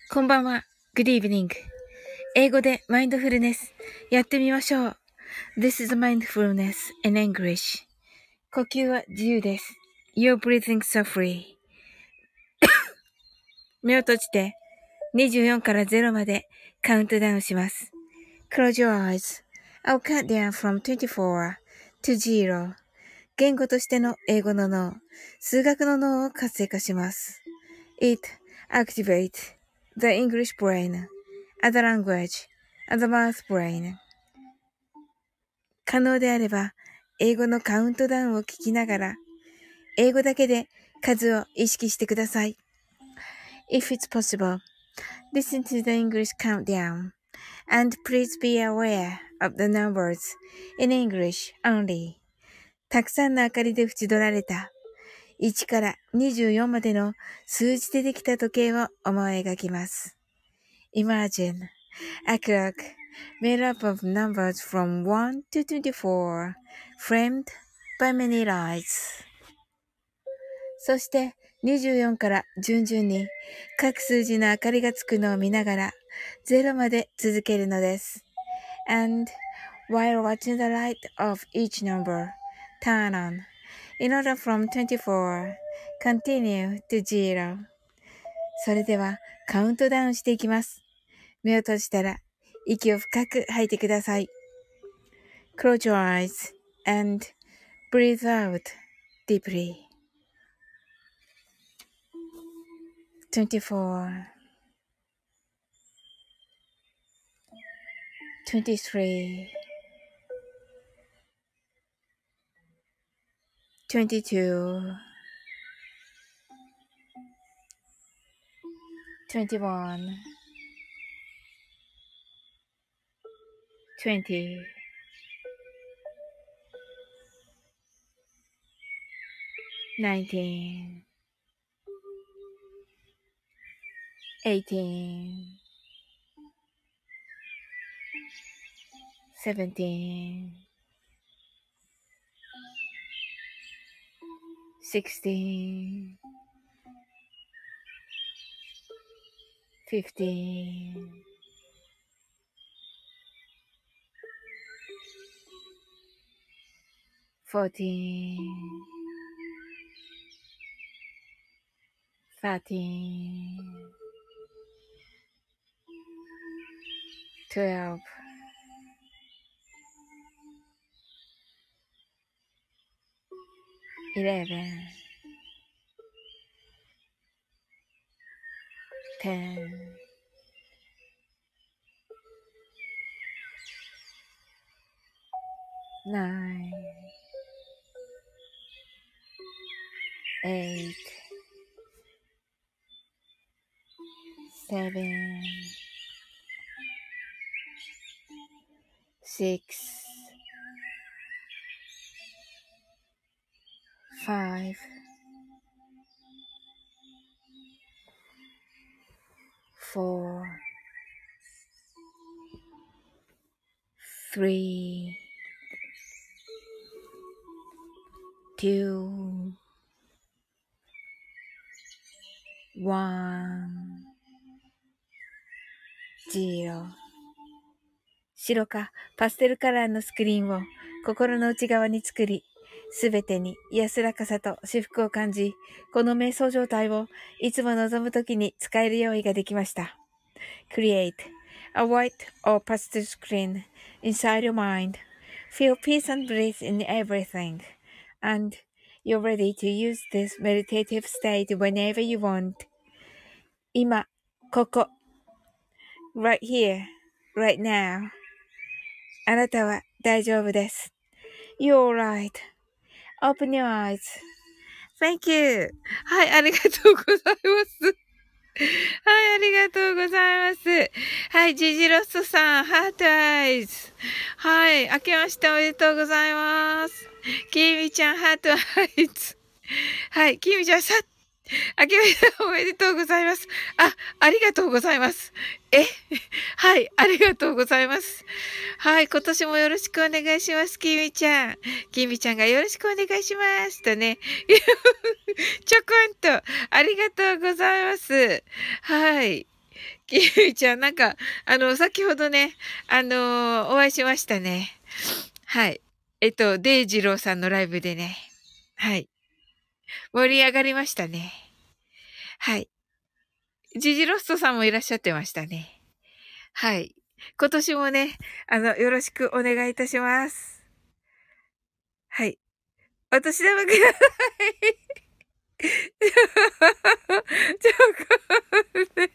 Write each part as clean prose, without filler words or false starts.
こんばんは。Good evening. 英語でマインドフルネスやってみましょう。This is mindfulness in English. 呼吸は自由です。You're breathing so free. 目を閉じて24から0までカウントダウンします。Close your eyes. I'll count down from 24 to 0. 言語としての英語の脳、数学の脳を活性化します。It activates the English brain, the language, and the math brain. 可能であれば、英語のカウントダウンを聞きながら、英語だけで数を意識してください。If it's possible, listen to the English countdown, and please be aware of the numbers in English only. たくさんの明かりで縁取られた1から24までの数字でできた時計を思い描きます。Imagine a clock made up of numbers from 1 to 24, framed by many lights. そして24から順々に各数字の明かりがつくのを見ながら0まで続けるのです。And while watching the light of each number turn on, in order from 24, continue to 0. それではカウントダウンしていきます。目を閉じたら息を深く吐いてください。Close your eyes and breathe out deeply. 24, 23, 22, 21, 20, 19, 18, 17, 16, 15, 14, 13, 12, 11, 10, 9, 8, 7, 6, 5, 4, 3, 2, 1, 0。白かパステルカラーのスクリーンを心の内側に作り、すべてに安らかさと至福を感じ、この瞑想状態をいつも望むときに使える用意ができました。Create a white or pastel screen inside your mind. Feel peace and bliss in everything. And you're ready to use this meditative state whenever you want. 今、ここ、right here, right now. あなたは大丈夫です。You're right.Open your eyes. Thank you. はい、ありがとうございます。はい、ありがとうございます。はい、ジジロスさん、ハートアイズ。はい、明けましておめでとうございます。キミちゃん、ハートアイズ。はい、キミちゃん、明けましておめでとうございます。ありがとうございます。はい、ありがとうございます。はい、今年もよろしくお願いします、きみちゃん。きみちゃんがよろしくお願いします。とね。ちょこんと、ありがとうございます。はい。 キミちゃん、なんか、先ほどね、お会いしましたね。はい。デイジローさんのライブでね。はい。盛り上がりましたね。はい。ジジロストさんもいらっしゃってましたね。はい。今年もね、よろしくお願いいたします。はい。お年玉ください。ちょっと、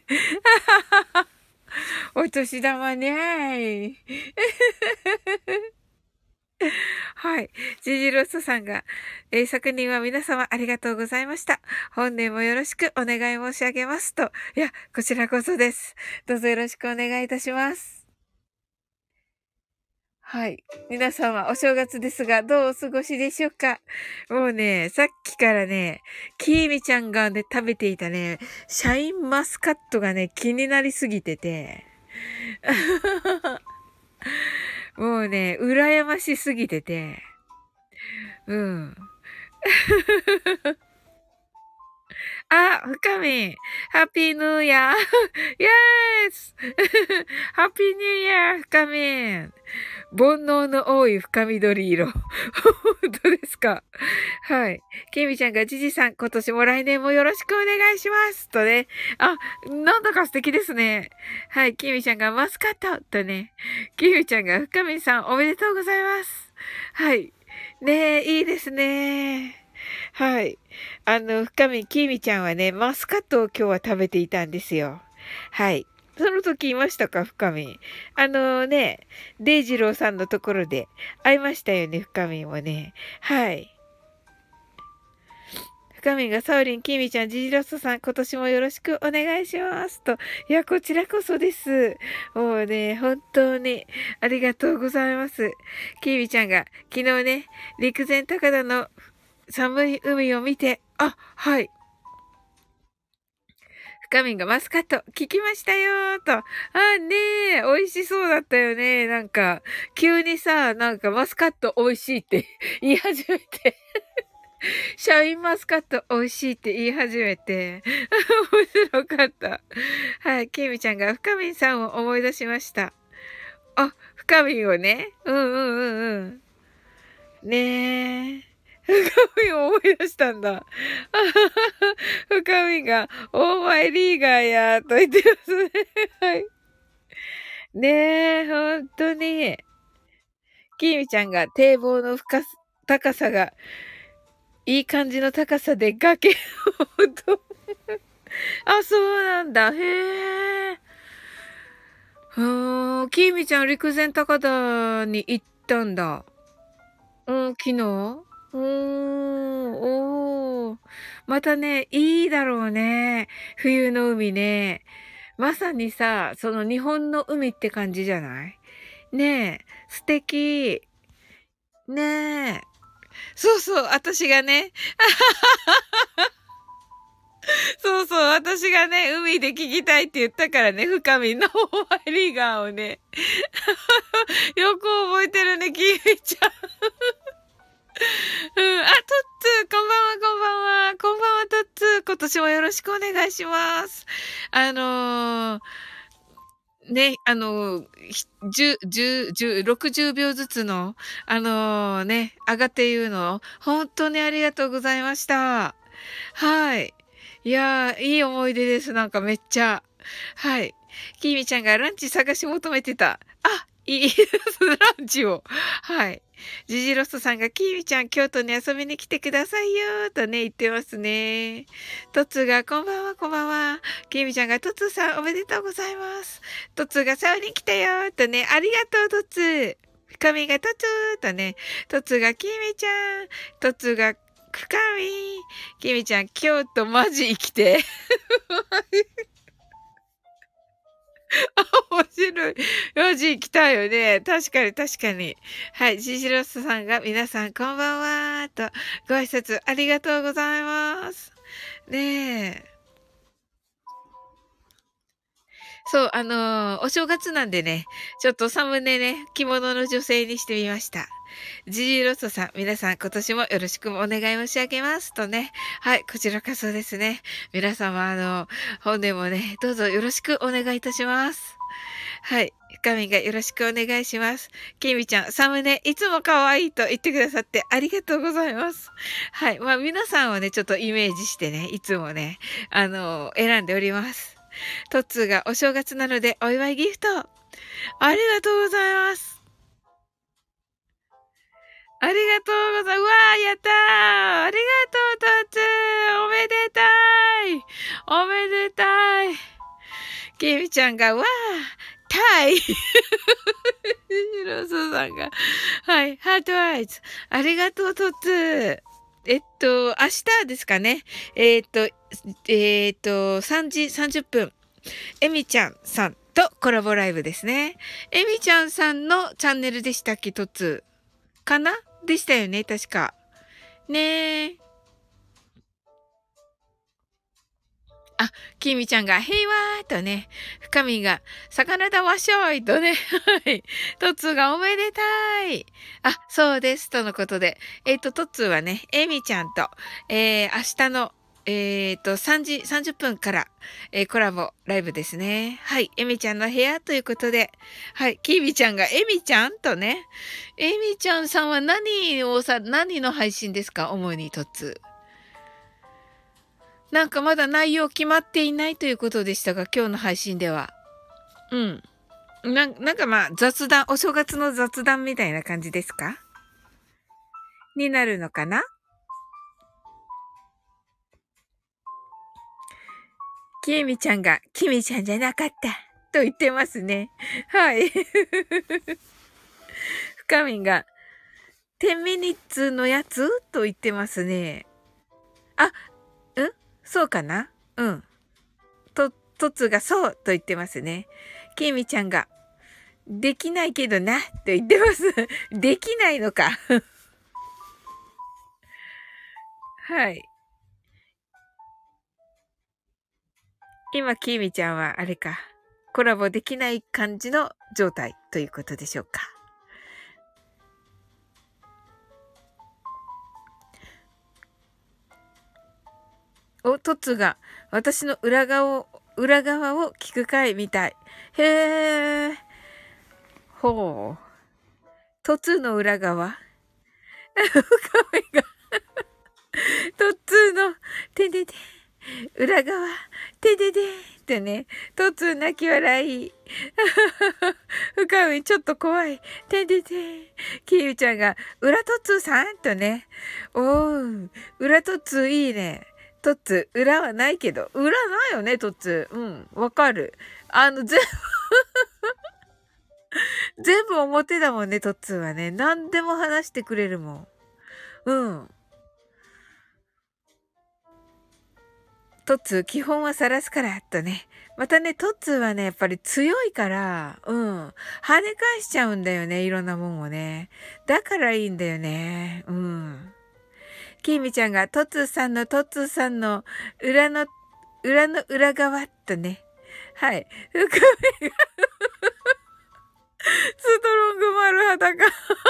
お年玉ねはい。ジジロストさんが、昨年は皆様ありがとうございました。本年もよろしくお願い申し上げますと。いや、こちらこそです。どうぞよろしくお願いいたします。はい。皆様、お正月ですが、どうお過ごしでしょうか？もうね、さっきからね、きーみちゃんがね、食べていたね、シャインマスカットがね、気になりすぎてて、もうね、羨ましすぎてて、うん。あ、深み。ハッピーニューイヤー。イエースハッピーニューイヤー、深み。煩悩の多い深緑色。本当ですか？はい。ケミちゃんがジジさん、今年も来年もよろしくお願いします。とね。あ、なんだか素敵ですね。はい。ケミちゃんがマスカット。とね。ケミちゃんが深みさん、おめでとうございます。はい。ねえ、いいですね。はい。深見きみちゃんはね、マスカットを今日は食べていたんですよ。はい。その時いましたか、深見。デイジローさんのところで会いましたよね、深見もね。はい。深見がサウリン、きみちゃん、ジジロストさん、今年もよろしくお願いします。と。いや、こちらこそです。もうね、本当にありがとうございます。きみちゃんが昨日ね、陸前高田の寒い海を見て、あ、はい。深みがマスカット、聞きましたよーと。あ、ねえ、美味しそうだったよね。なんか、急にさ、なんかマスカット美味しいって言い始めて。シャインマスカット美味しいって言い始めて。面白かった。はい、ケイミちゃんが深みさんを思い出しました。あ、深みをね。うんうんうんうん。ねえ。深みを思い出したんだ。あはは深みが、オーマイリーガーや、と言ってますね。はい。ねえ、ほんとに。きみちゃんが堤防の高さが、いい感じの高さで崖を、ほんと。あ、そうなんだ。へえ。きみちゃん陸前高田に行ったんだ。うん、昨日おー。またね、いいだろうね。冬の海ね。まさにさ、その日本の海って感じじゃないねえ、素敵。ねえ。そうそう、私がね、そうそう、私がね、海で聞きたいって言ったからね、深みのオーマイリーガーをね。よく覚えてるね、キミちゃん。うん。あ、トッツー、こんばんは、こんばんは。こんばんは、トッツー。今年もよろしくお願いします。ね、60秒ずつの、上がっていうの、本当にありがとうございました。はい。いやー、いい思い出です。なんかめっちゃ。はい。きみちゃんがランチ探し求めてた。あ、いいです。ランチを。はい。ジジロストさんが、きみちゃん、京都に遊びに来てくださいよーとね、言ってますね。トツが、こんばんは、こんばんは。きみちゃんが、トツさん、おめでとうございます。トツが、サウに来たよーとね、ありがとう、トツ。深みがトツーとね、トツが、きみちゃん、トツが、深み、きみちゃん、京都マジ生きて。面白い。マジ来たよね。確かに、確かに。はい。シシロスさんが、皆さん、こんばんは。と、ご挨拶ありがとうございます。ねえ。 そう、お正月なんでね、ちょっとサムネね、着物の女性にしてみました。ジジイロッソさん、皆さん今年もよろしくお願い申し上げますとね。はい、こちらこそですね。皆様、本年もね、どうぞよろしくお願いいたします。はい。深みがよろしくお願いします。きみちゃん、サムネ、いつも可愛いと言ってくださってありがとうございます。はい。まあ、皆さんをね、ちょっとイメージしてね、いつもね、選んでおります。トッツーがお正月なのでお祝いギフト。ありがとうございます。ありがとうございます。うわー、やったー。ありがとう、トッツー。おめでたい。おめでたい。きみちゃんが、わー、タイ。ヒロソさんが、はい、ハートアイズ。ありがとう、トッツー。明日ですかね。3時30分。エミちゃんさんとコラボライブですね。エミちゃんさんのチャンネルでしたっけ、トッツー。かなでしたよね、確か。ねえ。あ、きみちゃんが、へいわーとね、深みが、魚だわしょいとね、はい。トッツーがおめでたい。あ、そうです。とのことで。トッツーはね、エミちゃんと、明日の、3時30分から、コラボライブですね。はい。エミちゃんの部屋ということで、はい。キーミちゃんが、エミちゃんとね、エミちゃんさんは何の配信ですか主にトッツー。なんかまだ内容決まっていないということでしたが、今日の配信では。うん。なんかまあ雑談、お正月の雑談みたいな感じですかになるのかな。きえみちゃんが、きみちゃんじゃなかった。と言ってますね。はい。深みが、10ミニッツのやつと言ってますね。あ、そうかなうん。とつがそうと言ってますね。きえみちゃんが、できないけどな、と言ってます。できないのか。はい。今、きみちゃんは、あれか。コラボできない感じの状態ということでしょうか。トッツが、私の裏側を聞く回みたい。へー。ほう。トツの裏側トッツーの、てでで、裏側、てでで、ってね、トッツー泣き笑い。深みちょっと怖い。てでで、キーウちゃんが、裏トッツーさんとね。おー、裏トッツーいいね。トッツー、裏はないけど。裏ないよね、トッツー。うん、わかる。全部表だもんね、トッツーはね。何でも話してくれるもん。うん。トッツー、基本は晒すから、とね。またね、トッツーはね、やっぱり強いから、うん。跳ね返しちゃうんだよね、いろんなもんをね。だからいいんだよね。うん。きみちゃんが、トッツーさんの裏の裏側とね。はい。深みがストロング丸裸。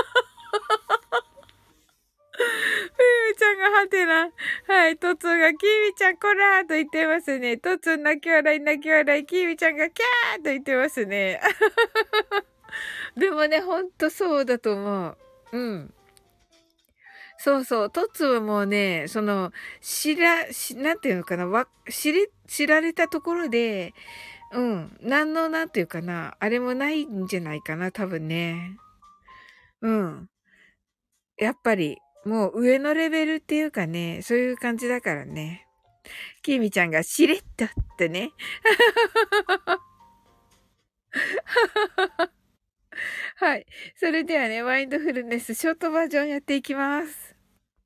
ふみちゃんがハテナ。はい、トツが、キーミちゃんこらーと言ってますね。トツ泣き笑い泣き笑い、キーミちゃんがキャーと言ってますね。でもね、ほんとそうだと思う。うん。そうそう。トツはもうね、なんていうのかな、知られたところで、うん。なんていうかな、あれもないんじゃないかな、多分ね。うん。やっぱり、もう上のレベルっていうかね、そういう感じだからね。きみちゃんがしれっとってね。はい。それではね、マインドフルネスショートバージョンやっていきます。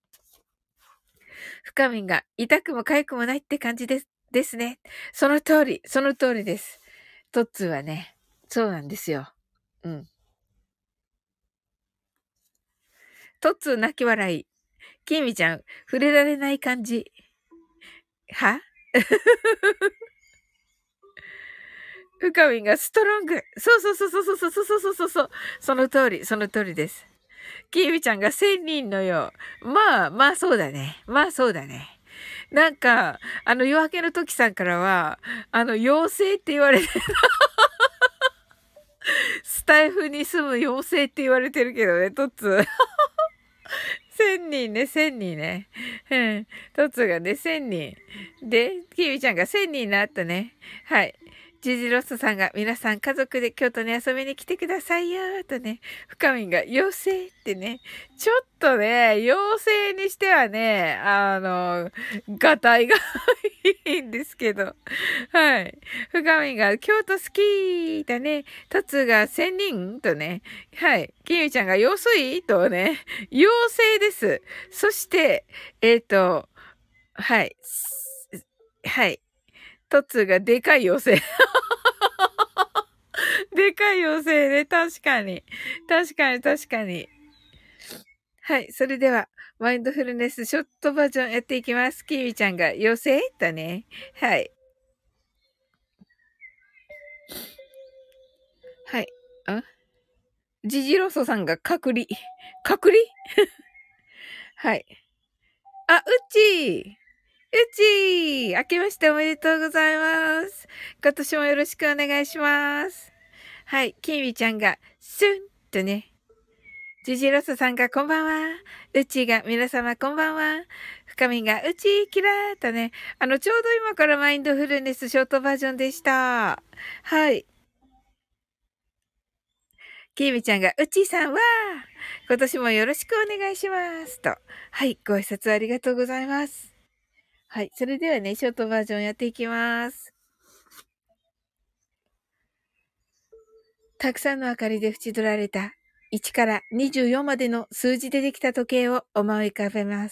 深みんが痛くも痒くもないって感じですね。その通り、その通りです。トッツーはね、そうなんですよ。うん。トッツー泣き笑い。きみちゃん、触れられない感じ。は深みがストロング。そうそうそうそうそうそうそうそうそうそう。その通り、その通りです。キーミちゃんが1000人のよう。まあ、まあそうだね。まあそうだね。なんか、夜明けの時さんからは、妖精って言われて、スタイフに住む妖精って言われてるけどね、トッツー。1000人ね、1000人ね。うん。トッツーがね、1000人。で、キーミちゃんが1000人になったね。はい。ジジロスさんが皆さん家族で京都に遊びに来てくださいよーとね、深みんが妖精ってね、ちょっとね、妖精にしてはね、がたいがいいんですけど。はい。深みが京都好きだね。トツが仙人とね。はい。キミちゃんが用水とね。妖精です。そして、はい。はい。トツがでかい妖精。でかい妖精ね。確かに。確かに、確かに。はい。それでは、マインドフルネスショットバージョンやっていきます。キミちゃんが妖精だね。はい。はい。ジジロソさんが隔離。隔離はい。あ、うちー。うちー。明けましておめでとうございます。今年もよろしくお願いします。はい。キミちゃんが、スンとね。ジジロソさんがこんばんは。うちが皆様こんばんは。深みがうちキラーとね。ちょうど今からマインドフルネスショートバージョンでした。はい。きみちゃんが、うちさんは、今年もよろしくお願いします。と。はい。ご挨拶ありがとうございます。はい。それではね、ショートバージョンやっていきます。たくさんの明かりで縁取られた1から24までの数字でできた時計を思い浮かべます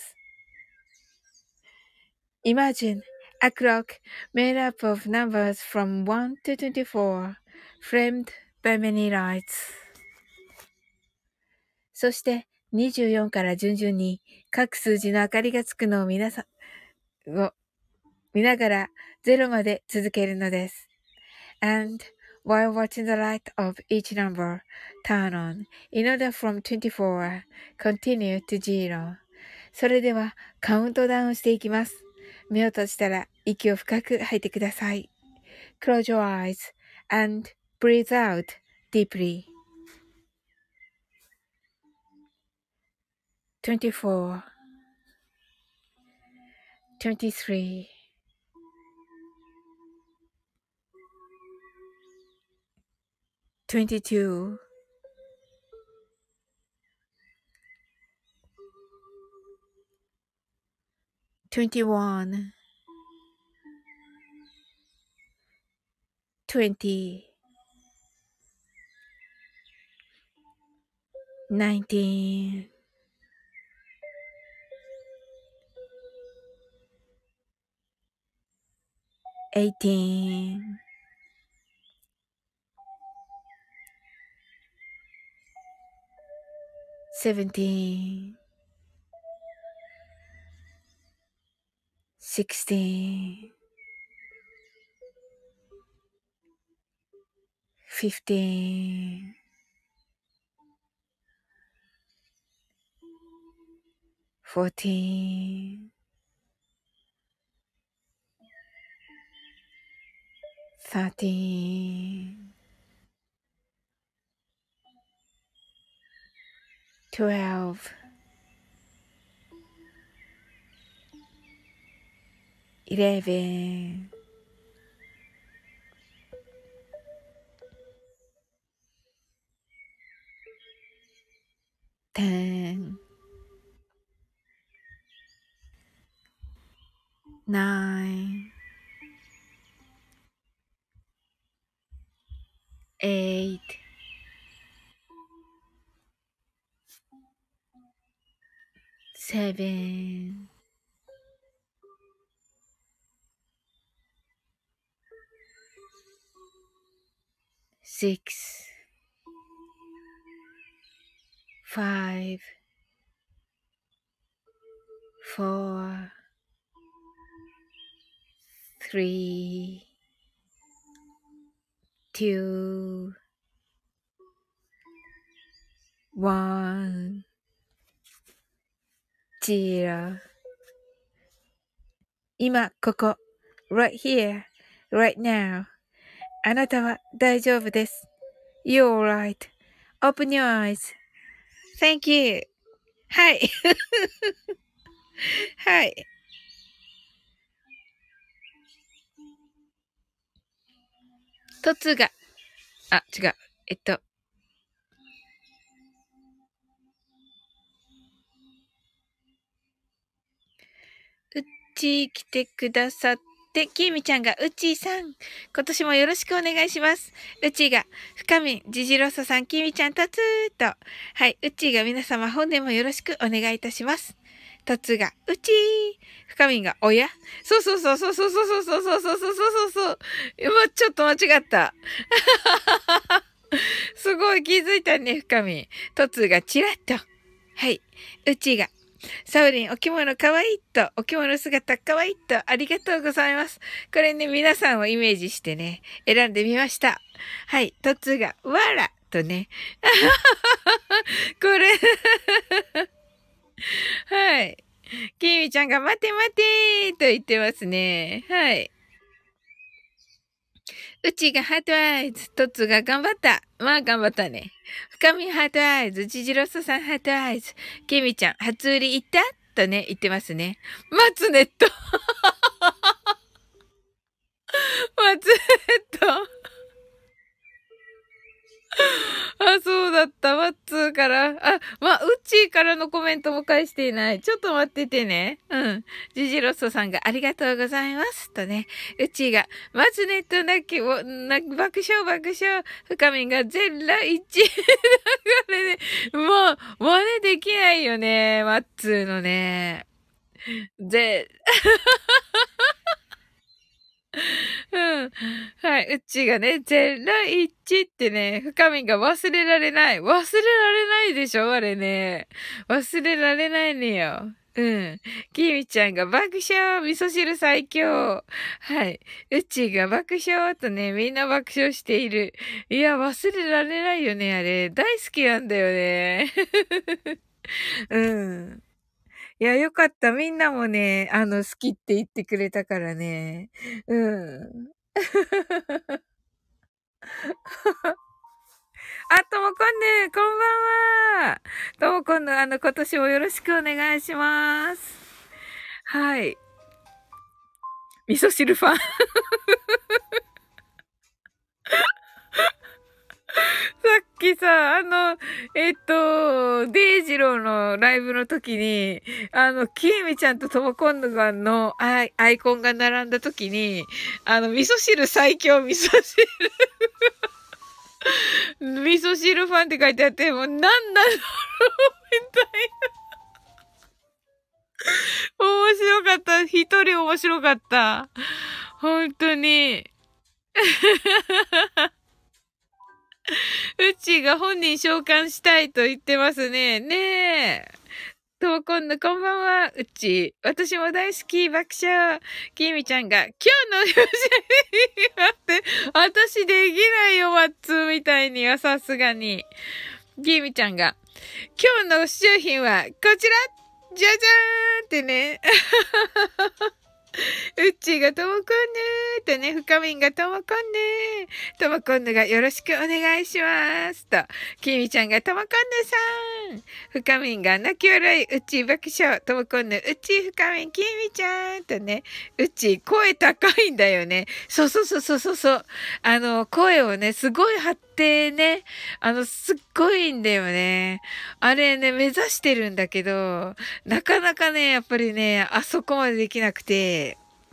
。Imagine a clock made up of numbers from 1 to 24, framed by many lights. そして24から順々に各数字の明かりがつくのを見ながら0まで続けるのです。And while watching the light of each number turn on, in order from 24, continue to 0. それではカウントダウンしていきます。目を閉じたら息を深く吐いてください。Close your eyes and breathe out deeply. 24, 23, 22, 21, 20, 19, 18, 17, 16, 15, 14, 13, 12, 11, 10, 9, 8, 7, 6, 5, 4, 3, two, one, zero. 今、ここ。right here, right now. あなたは大丈夫です。You're right.Open your eyes.Thank you. はい。はい。トツが、違う。うち来てくださって、きみちゃんが、うちさん、今年もよろしくお願いします。うちが、深みん、じじろささん、きみちゃん、とつーと。はい、うちが皆様、本年もよろしくお願いいたします。とつが、うちー。深みんが、おやそうそうそうそうそうそうそうそうそうそうそうそう。ちょっと間違った。すごい気づいたね、深みん。とつが、ちらっと。はい、うちが、サウリン、お着物かわいいと、お着物姿かわいいと、ありがとうございます。これね、皆さんをイメージしてね、選んでみました。はい、トツが、わらとね。これはい。キミちゃんが、待て待てーと言ってますね。はい。うちがハートアイズ、トツが頑張った。まあ頑張ったね。深みハートアイズ、ジジロスさんハートアイズ、キミちゃん初売り行ったとね、言ってますね。マツネット。マツネット。そうだった。マッツーから。ウッチーからのコメントも返していない。ちょっと待っててね。うん。ジジロッソさんがありがとうございます。とね。ウッチーが、マツネット爆笑爆笑。深みが全裸一致。これね、もう、真似できないよね。マッツーのね。うん。はい。うちがね、ゼロイチってね、深みが忘れられない。忘れられないでしょあれね。忘れられないのよ。うん。きみちゃんが爆笑味噌汁最強はい。うちが爆笑とね、みんな爆笑している。いや、忘れられないよね、あれ。大好きなんだよね。うん。いや、よかった。みんなもね、好きって言ってくれたからね。うん。ともこんね、こんばんは。ともこんの、今年もよろしくお願いします。はい。味噌汁ファン。さっきさ、デイジローのライブの時に、キーミちゃんとトモコンヌがのアイコンが並んだ時に、味噌汁最強味噌汁味噌汁ファンって書いてあって、もうなんだろうみたいな。面白かった。一人面白かった。本当に。うちが本人召喚したいと言ってますね。ねえ。と、今度、こんばんは、うち。私も大好き、爆笑。きみちゃんが、今日のよし待って、私できないよ、ワッツーみたいには、さすがに。きみちゃんが、今日の商品は、こちらじゃじゃーんってね。うっちーがともこんねーとね、深みんがともこんねー。ともこんぬがよろしくお願いしますと。きみちゃんがともこんぬさん。深みんが泣き笑い、うっちー爆笑。ともこんぬ、うっちー深みん、きみちゃんとね。うっちー声高いんだよね。そうそうそうそうそうそう。声をね、すごい張ってね、すっごいんだよね。あれね、目指してるんだけど、なかなかね、やっぱりね、あそこまでできなくて、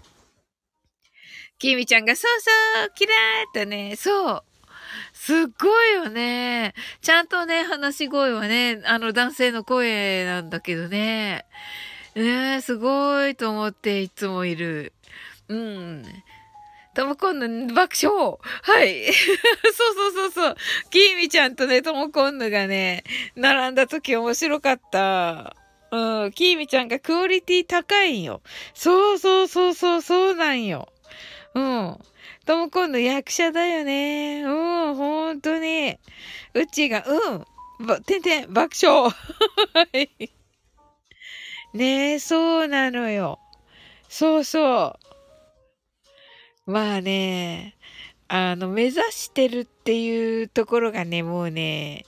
きみちゃんが、そうそう、キラーっとね、そう。すっごいよね。ちゃんとね、話し声はね、男性の声なんだけどね。ねえ、すごいと思っていつもいる。うん。ともこんぬ爆笑はい。そうそうそうそう。きみちゃんとね、ともこんぬがね、並んだ時面白かった。うん。きみちゃんがクオリティ高いんよ。そうそうそうそう、そうなんよ。うん。 ともこんの役者だよね。うん、ほんとに。うちが、てんてん、爆笑。はい。ねえ、そうなのよ。そうそう。まあね、目指してるっていうところがね、もうね、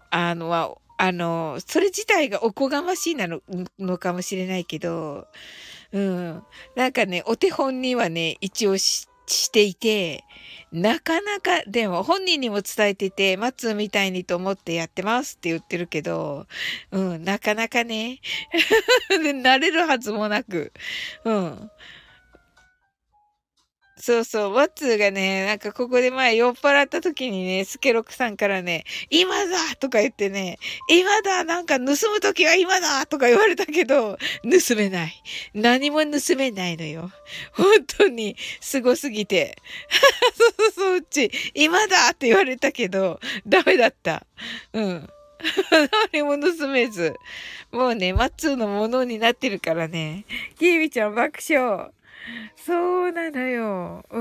それ自体がおこがましいのかもしれないけど、うん。なんかね、お手本にはね、一応していて、なかなか、でも本人にも伝えてて、松みたいにと思ってやってますって言ってるけど、うん、なかなかね、で慣れるはずもなく、うん。そうそう、ワッツーがね、なんかここで前酔っ払った時にね、スケロクさんからね、今だとか言ってね、今だなんか盗む時は今だとか言われたけど、盗めない。何も盗めないのよ。本当に、すごすぎて。そうそうそう、うち、今だって言われたけど、ダメだった。うん。何も盗めず。もうね、マッツーのものになってるからね。キービちゃん爆笑。そうなのよ。うん。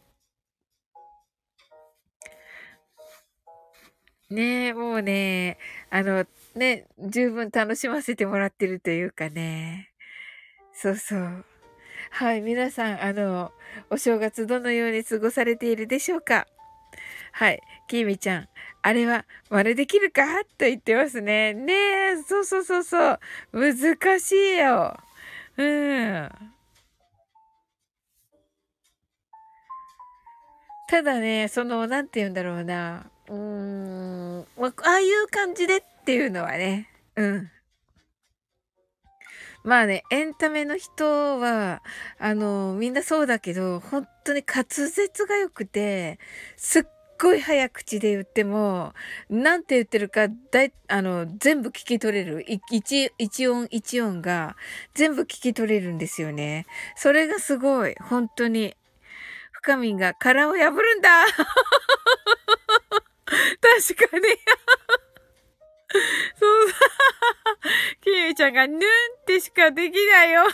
ねえ、もうね、十分楽しませてもらってるというかね。そうそう。はい、皆さん、お正月どのように過ごされているでしょうか？はい、きみちゃん、あれは真似できるかと言ってますね。ねえ、そうそうそうそう。難しいよ。うん。ただね、なんて言うんだろうな。ああいう感じでっていうのはね。うん。まあね、エンタメの人は、みんなそうだけど、本当に滑舌が良くて、すっごい早口で言っても、なんて言ってるか、全部聞き取れる。一音一音が全部聞き取れるんですよね。それがすごい、本当に。深みが殻を破るんだ確かに。そう、キミちゃんがヌンってしかできないよ。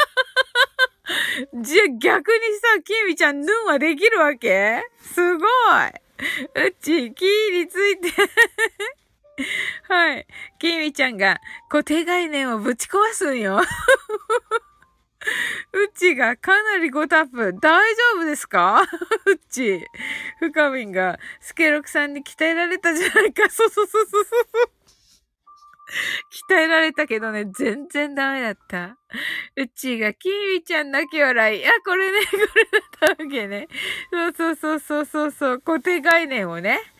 じゃ、逆にさ、キミちゃん、ヌンはできるわけすごい。うち、キーについてはい。キミちゃんが固定概念をぶち壊すんよ。うちがかなりごタップ。大丈夫ですかうち。深みんが、スケロクさんに鍛えられたじゃないか。そうそうそうそうそう。鍛えられたけどね、全然ダメだった。うちが、キーミちゃん泣き笑い。あ、これね、これだったわけね。そうそうそうそうそうそう、固定概念をね。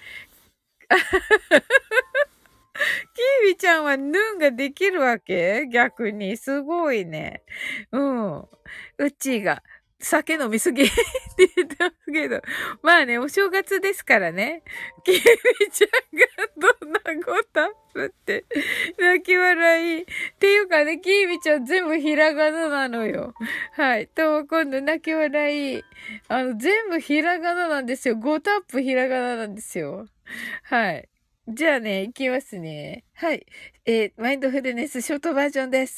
キーミちゃんはヌンができるわけ逆に。すごいね。うん。うちが、酒飲みすぎって言ってますけど。まあね、お正月ですからね。キーミちゃんがどんなごたつって、泣き笑い。っていうかね、キーミちゃん全部ひらがななのよ。はい。と、今度泣き笑い。全部ひらがななんですよ。5タップひらがななんですよ。はい。じゃあね、いきますね。はい。マインドフルネスショートバージョンです。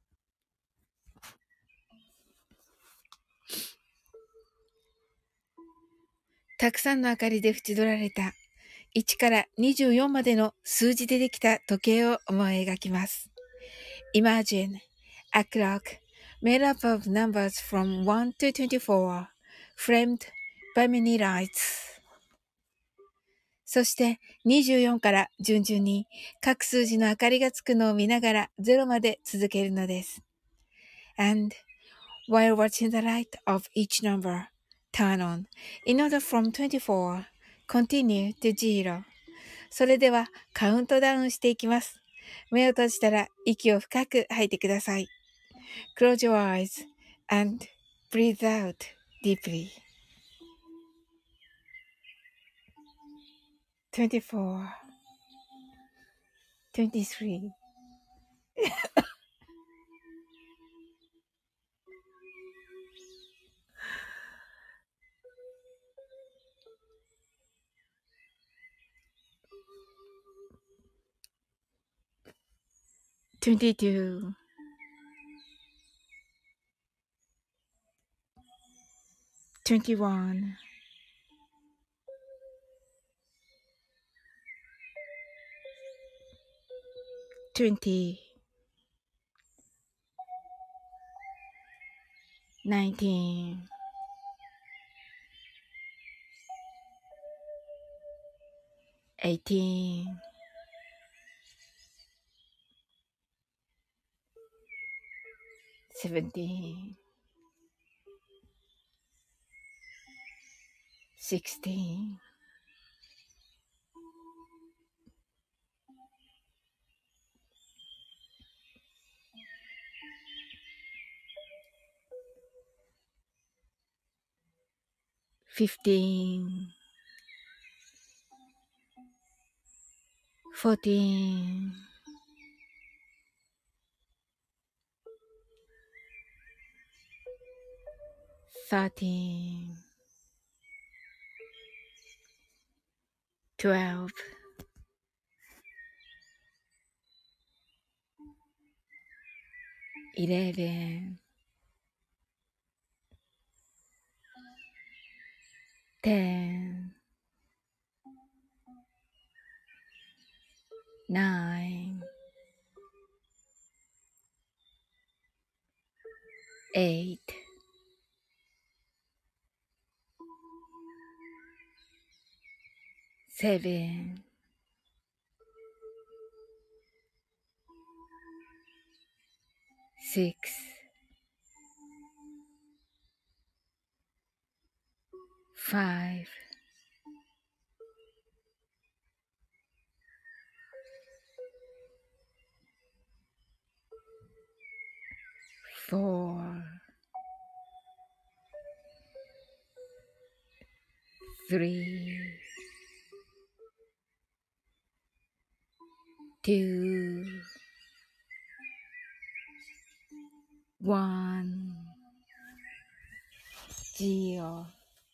たくさんの明かりで縁取られた1から24までの数字でできた時計を思い描きます。Imagine a clock made up of numbers from 1 to 24, framed by many lights. そして24から順々に各数字の明かりがつくのを見ながら0まで続けるのです。And while watching the light of each number turn on in order from 24, continue to 0. それではカウントダウンしていきます。目を閉じたら息を深く吐いてください。Close your eyes and breathe out deeply. 24, 23, 22, 21, 20, 19, 18, 17, 16, 15, 14, 13, 12, 11, 10, 9, 8, 7, 6, 5, 4, 3, 2, 1, 0。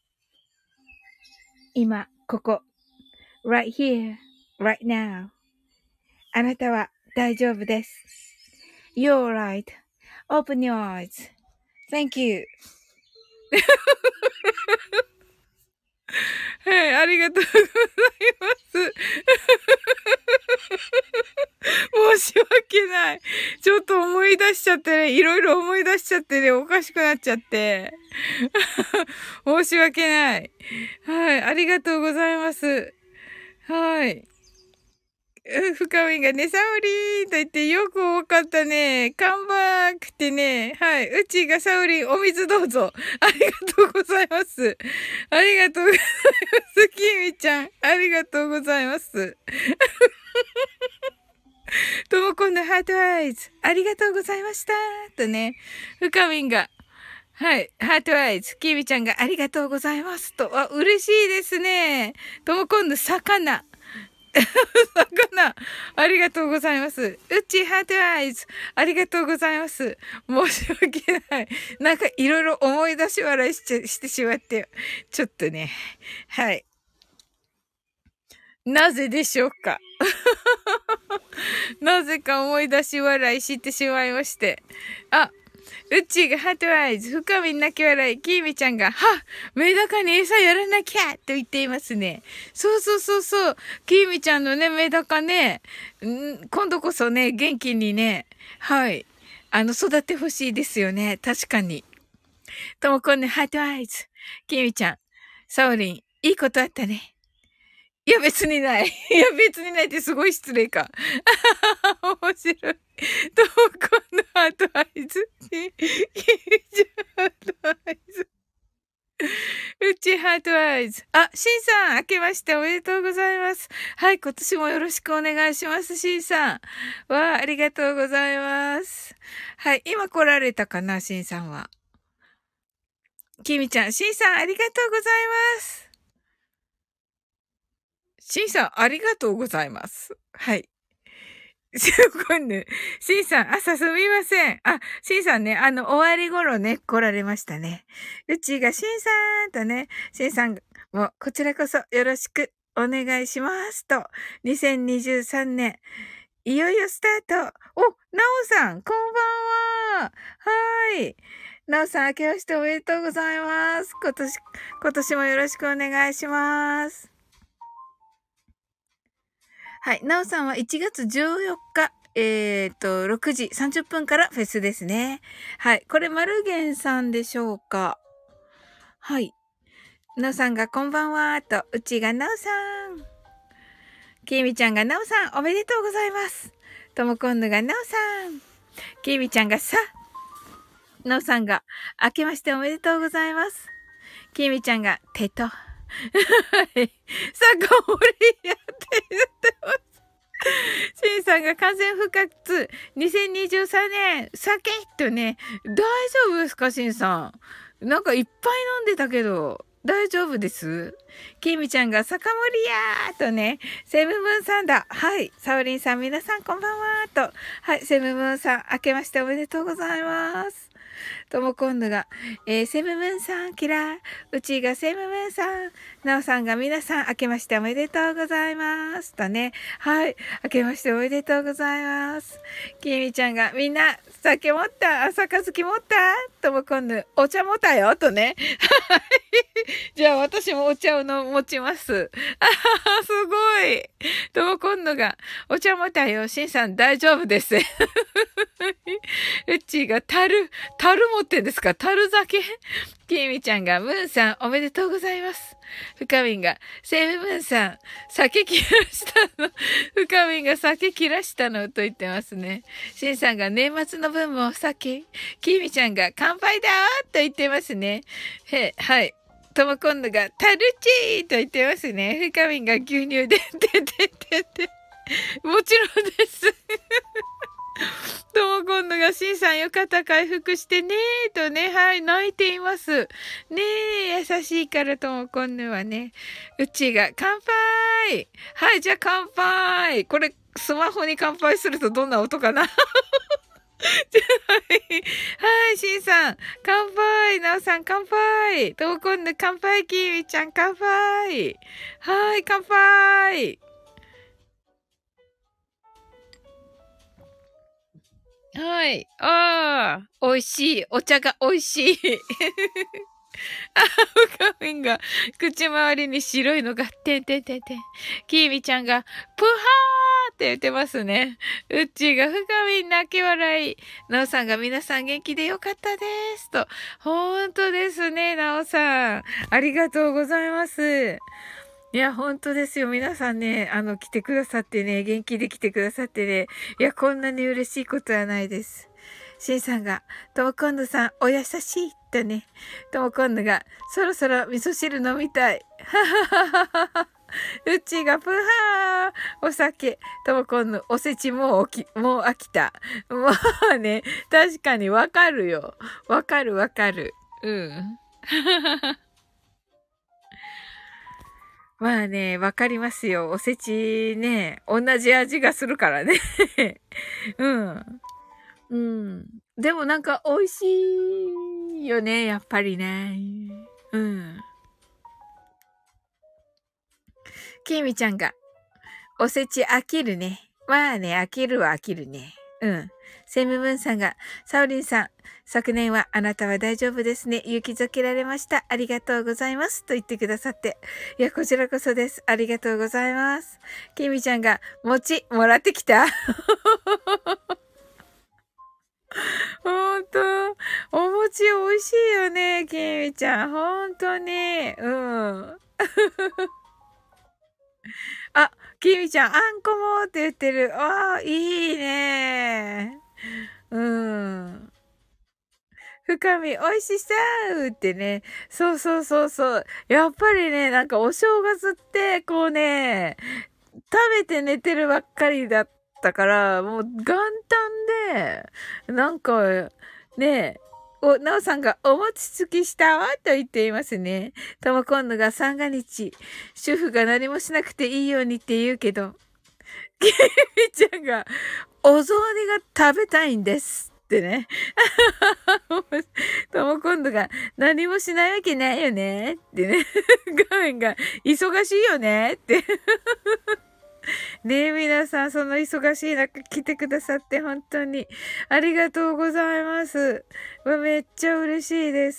今、ここ。right here, right now. あなたは大丈夫です。You're right.Open your eyes.Thank you. はい、ありがとうございます。申し訳ない。ちょっと思い出しちゃってね、いろいろ思い出しちゃってね、おかしくなっちゃって。申し訳ない。はい、ありがとうございます。はい。深みがね、サウリーと言ってよくわかったね。カンバークってね。はい。うちがサウリー、お水どうぞ。ありがとうございます。ありがとうございます。キミちゃん、ありがとうございます。ともこんのハートアイズ、ありがとうございました。とね。深みが、はい。ハートアイズ、キミちゃんがありがとうございます。と、嬉しいですね。ともこんの魚。魚、ありがとうございます。うっちーハートアイズ、ありがとうございます。申し訳ない。なんかいろいろ思い出し笑いしてしまって、ちょっとね。はい。なぜでしょうか。なぜか思い出し笑いしてしまいまして。あ、うっちーがハートアイズ、深み泣き笑い、きーみちゃんが、メダカに餌やらなきゃと言っていますね。そうそうそうそう。きーみちゃんのね、メダカね、今度こそね、元気にね、はい。育ってほしいですよね。確かに。ともこんね、ハートアイズ。きーみちゃん、サオリン、いいことあったね。いや、別にない。いや、別にないってすごい失礼か。面白い。ともこんのハートアイズ。きーハートアイズ。うちハートアイズ。シンさん、明けましておめでとうございます。はい、今年もよろしくお願いします、シンさん。ありがとうございます。はい、今来られたかな、シンさんは。きみちゃん、シンさん、ありがとうございます。シンさん、ありがとうございます。はい。今度、シンさん、朝すみません。シンさんね、終わり頃ね、来られましたね。うちがシンさんとね、シンさんもこちらこそよろしくお願いしますと、2023年、いよいよスタート。なおさん、こんばんは。はい。 なおさん、明けましておめでとうございます。今年もよろしくお願いします。はい。なおさんは1月14日、6時30分からフェスですね。はい。これ、マルゲンさんでしょうか。はい。なおさんがこんばんはと、うちがなおさん。きみちゃんがなおさん、おめでとうございます。ともこんぬがなおさん。きみちゃんがさ、なおさんが、明けましておめでとうございます。きみちゃんが、てと。はい。さあ、ごりやって言ってます。シンさんが完全復活2023年酒とね、大丈夫ですかシンさん。なんかいっぱい飲んでたけど、大丈夫です？キミちゃんが酒盛りやーとね、セムムーンさんだ。はい。サオリンさん皆さんこんばんはーと。はい。セムムーンさん明けましておめでとうございます。とも今度が、セムムーンさん、キラー。うちがセムムーンさん。なおさんが皆さん、明けましておめでとうございます。とね。はい。明けましておめでとうございます。きみちゃんが、みんな、酒持った朝かずき持ったとも今度、お茶持ったよとね。はい。じゃあ私もお茶を持ちます。あはは、すごい。とも今度が、お茶持ったよ。しんさん大丈夫です。うっちーが、樽持ってんですか？樽酒きみちゃんが、ムーンさんおめでとうございます。深みんが、セイムムーンさん、酒切らしたの。深みんが酒切らしたのと言ってますね。しんさんが年末の分もお酒。きみちゃんが乾杯だーと言ってますね。はい。とも今度が、タルチーと言ってますね。深みんが牛乳で、もちろんです。とも今度が、しんさんよかった回復してねーとね、はい、泣いています。ねえ、優しいからとも今度はね。うちが、乾杯はい、じゃあ乾杯これ、スマホに乾杯するとどんな音かなはい、しんさん、乾杯なおさん、乾杯とも今度、乾杯きみちゃん、乾杯はい、乾杯はい。ああ、美味しい。お茶が美味しい。あ、深みんが、口周りに白いのが、てんてんてんてん。きーみちゃんが、ぷはーって言ってますね。うっちーが、深みん泣き笑い。なおさんが、皆さん元気でよかったです。と。ほんとですね、なおさん。ありがとうございます。いや、本当ですよ。皆さんね、来てくださってね、元気で来てくださってね。いや、こんなに嬉しいことはないです。シンさんが、ともこんぬさん、お優しいってね。ともこんぬが、そろそろ味噌汁飲みたい。ははははは。うちがぷはー。お酒。ともこんぬ、おせちもう飽きた。もうね、確かにわかるよ。わかるわかる。うん。まあね、わかりますよ。おせちね、同じ味がするからね。うん。うん。でもなんか美味しいよね、やっぱりね。うん。きみちゃんが、おせち飽きるね。まあね、飽きるは飽きるね。うん。セムムーンさんが、サオリンさん、昨年はあなたは大丈夫ですね。勇気づけられました。ありがとうございます。と言ってくださって。いや、こちらこそです。ありがとうございます。キミちゃんが、餅、もらってきたほんと、お餅美味しいよね、キミちゃん。ほんとに。うん。あ、キミちゃん、あんこもって言ってる。ああ、いいね。うん。深み、美味しそうってね。そうそうそうそう。やっぱりね、なんかお正月って、こうね、食べて寝てるばっかりだったから、もう元旦で、なんか、ね、なおさんがお餅つきしたわと言っていますね。とも今度が三が日、主婦が何もしなくていいようにって言うけど、きみちゃんが、お雑煮が食べたいんですってね。とも今度が何もしないわけないよねってね。画面が忙しいよねって。 ねえ、皆さん、その忙しい中来てくださって本当にありがとうございます。めっちゃ嬉しいです。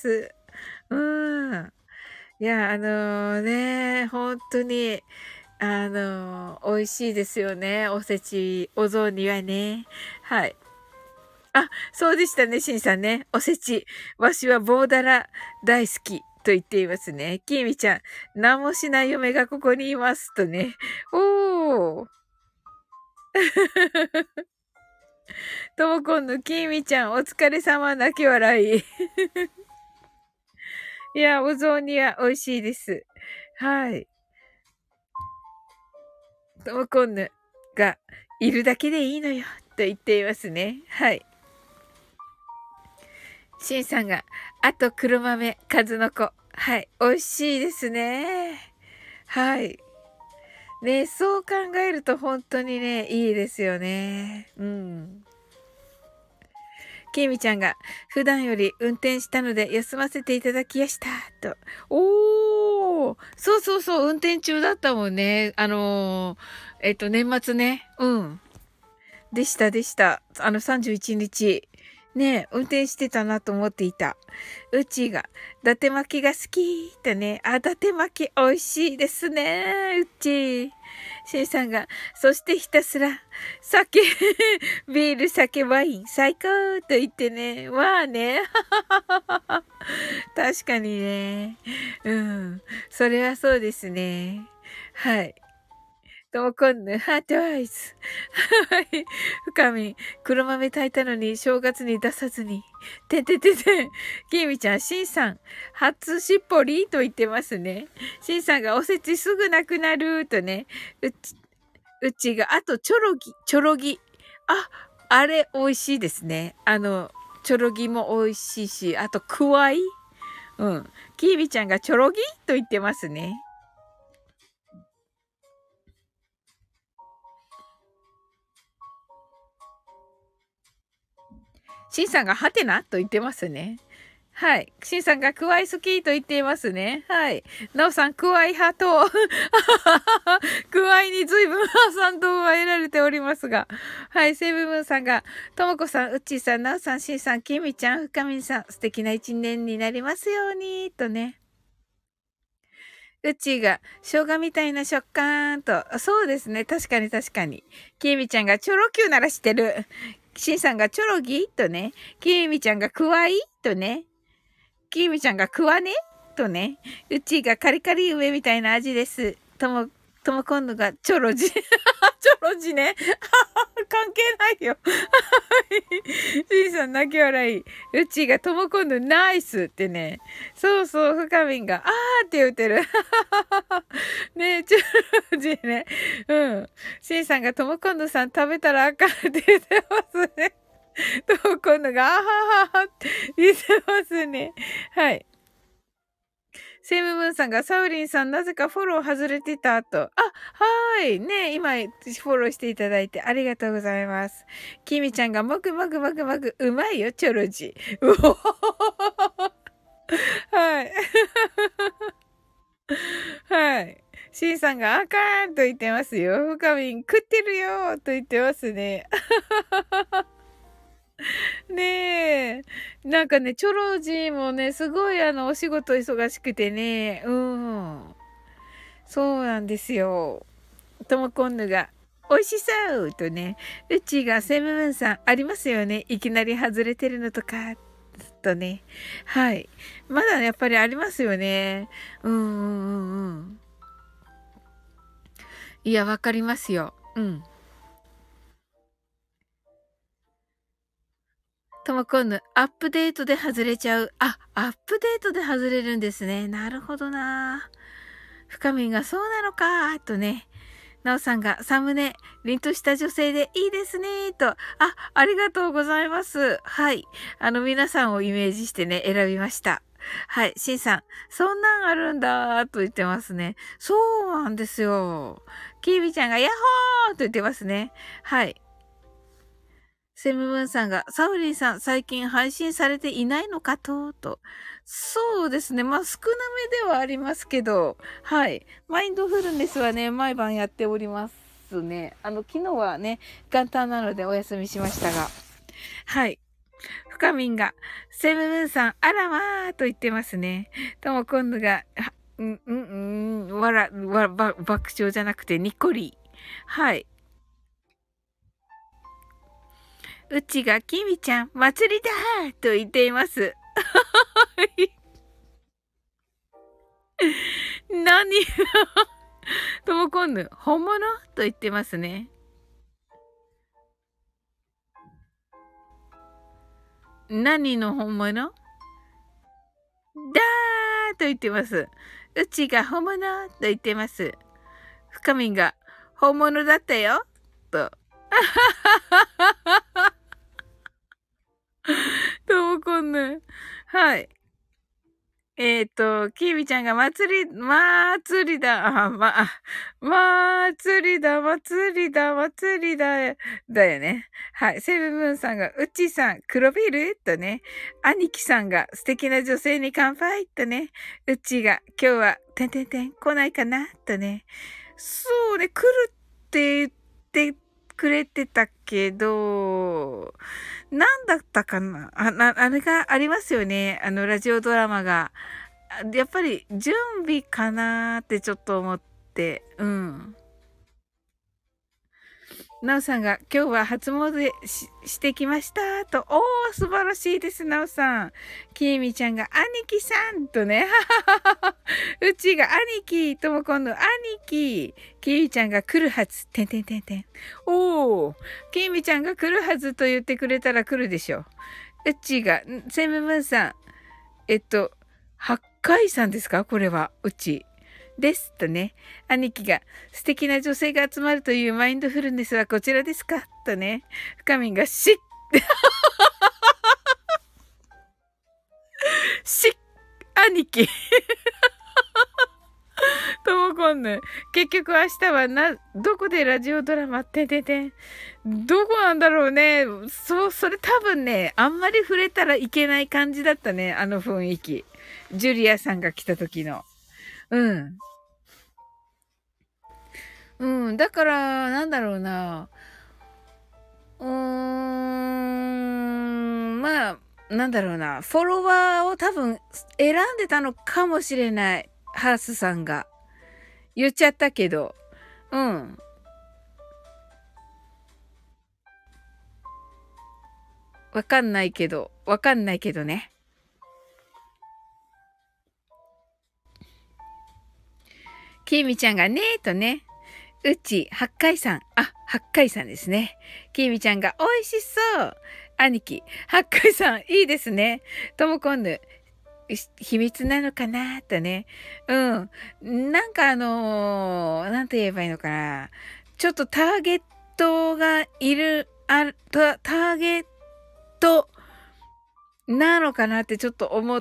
いや、ね、本当に、美味しいですよね。おせち、お雑煮はね。はい。あ、そうでしたね、しんさんね。おせち。わしは棒だら大好きと言っていますね。きみちゃん、何もしない嫁がここにいますとね。おー。ともこんのきみちゃん、お疲れ様、泣き笑い。いや、お雑煮は美味しいです。はい。ともこんぬが、いるだけでいいのよ、と言っていますね。はい。しんさんが、あと黒豆、数の子。はい。美味しいですね。はい。ね、そう考えると本当にね、いいですよね。うん。きみちゃんが、普段より運転したので休ませていただきやした。と。おー。そうそうそう、運転中だったもんね。年末ね。うん。でしたでした。31日。ねえ、運転してたなと思っていた。うちが、伊達巻きが好きってね。あ、伊達巻き美味しいですね。うち。しんさんが、そしてひたすら、酒、ビール、酒、ワイン、最高と言ってね。まあね。確かにね。うん。それはそうですね。はい。ともこんぬ、ハートアイズ。はい。深み、黒豆炊いたのに正月に出さずに。てんてんてんてん。きみちゃん、しんさん、初しっぽりと言ってますね。しんさんがおせちすぐなくなるとね。うちが、あと、ちょろぎ。あ、あれ、美味しいですね。ちょろぎも美味しいし、あと、くわい。うん。きみちゃんがちょろぎと言ってますね。シンさんがハテナと言ってますね。はい。シンさんがクワイ好きと言っていますね。はい。ナオさん、クワイ派と、クワイに随分賛同は得られておりますが。はい。セブブンさんが、ともこさん、うっちーさん、ナオさん、シンさん、キミちゃん、深みさん、素敵な一年になりますように、とね。うちが、生姜みたいな食感と、そうですね。確かに確かに。きみちゃんがチョロ Q なら知ってる。しんさんがチョロギとね。きみちゃんがクワイとね。きみちゃんがクワねとね。うちがカリカリ梅みたいな味です。とも今度がチョロジ。チョロジね。関係ないよ。シンさん泣き笑い。うちがとも今度ナイスってね。そうそう、深みんが、あーって言ってる。ねえ、チョロジね。うん。シンさんがとも今度さん食べたらあかんって言ってますね。とも今度が、あはははって言ってますね。はい。セムムーンさんが、サウリンさんなぜかフォロー外れてたと。はーい。ね今、フォローしていただいてありがとうございます。キミちゃんが、もぐもぐもぐもぐ、うまいよ、チョロジ。うおはい。はい。シンさんが、あかんと言ってますよ。深みん、食ってるよと言ってますね。ねえ。なんかね、チョロジーもね、すごいお仕事忙しくてね、うん。そうなんですよ。ともこんぬが、美味しそうとね、うちがセムムーンさんありますよね。いきなり外れてるのとか、とね。はい。まだね、やっぱりありますよね。うんうんうんうん。いや、わかりますよ。うん。ともこんぬ、アップデートで外れちゃう。あ、アップデートで外れるんですね。なるほどな。深みがそうなのか、とね。なおさんがサムネ、凛とした女性でいいですね、と。ありがとうございます。はい。皆さんをイメージしてね、選びました。はい。しんさん、そんなんあるんだ、と言ってますね。そうなんですよ。きービちゃんがヤッホーと言ってますね。はい。セムムーンさんが、サウリンさん、最近配信されていないのかと。そうですね。まあ、少なめではありますけど、はい。マインドフルネスはね、毎晩やっております。 ですね。昨日はね、元旦なのでお休みしましたが。はい。深みんが、セブブンさん、あらまーと言ってますね。とも今度が、爆笑じゃなくて、にっこり。はい。うちが、きみちゃん、祭りだーと言っています。何ともこんぬ、本物と言ってますね。何の本物だーと言ってます。うちが本物と言ってます。深みんが、本物だったよと。ともこんぬ。はい。きみちゃんが祭りだ、祭りだ、だよね。はい。セブブンさんが、うっちーさん、黒ビールとね。兄貴さんが、素敵な女性に乾杯とね。うっちーが、今日は、来ないかなとね。そうね、来るって言ってくれてたけど、なんだったかなあれがありますよね。ラジオドラマが。やっぱり準備かなーってちょっと思って、うん。なおさんが今日は初詣してきましたと。おー、素晴らしいです、なおさん。きえみちゃんが兄貴さんとね。うちが兄貴とも今度兄貴。きえみちゃんが来るはず。おー、きえみちゃんが来るはずと言ってくれたら来るでしょう。うちが、セムムーンさん。八海山ですかこれは。うち。ですとね。兄貴が、素敵な女性が集まるというマインドフルネスはこちらですかとね。深みんが、しっ、兄貴。ともこんぬ。結局明日はどこでラジオドラマどこなんだろうね。それ多分ね、あんまり触れたらいけない感じだったね。あの雰囲気。ジュリアさんが来た時の。うん。うん。だから、なんだろうな。まあ、なんだろうな。フォロワーを多分選んでたのかもしれない。ハースさんが。言っちゃったけど。うん。わかんないけどね。きみちゃんがねーとね。うち、八海山。八海山ですね。きみちゃんが美味しそう。兄貴、八海山、いいですね。ともこんぬ、秘密なのかなとね。うん。なんかなんて言えばいいのかな。ちょっとターゲットがいる、ターゲットなのかなってちょっと思った。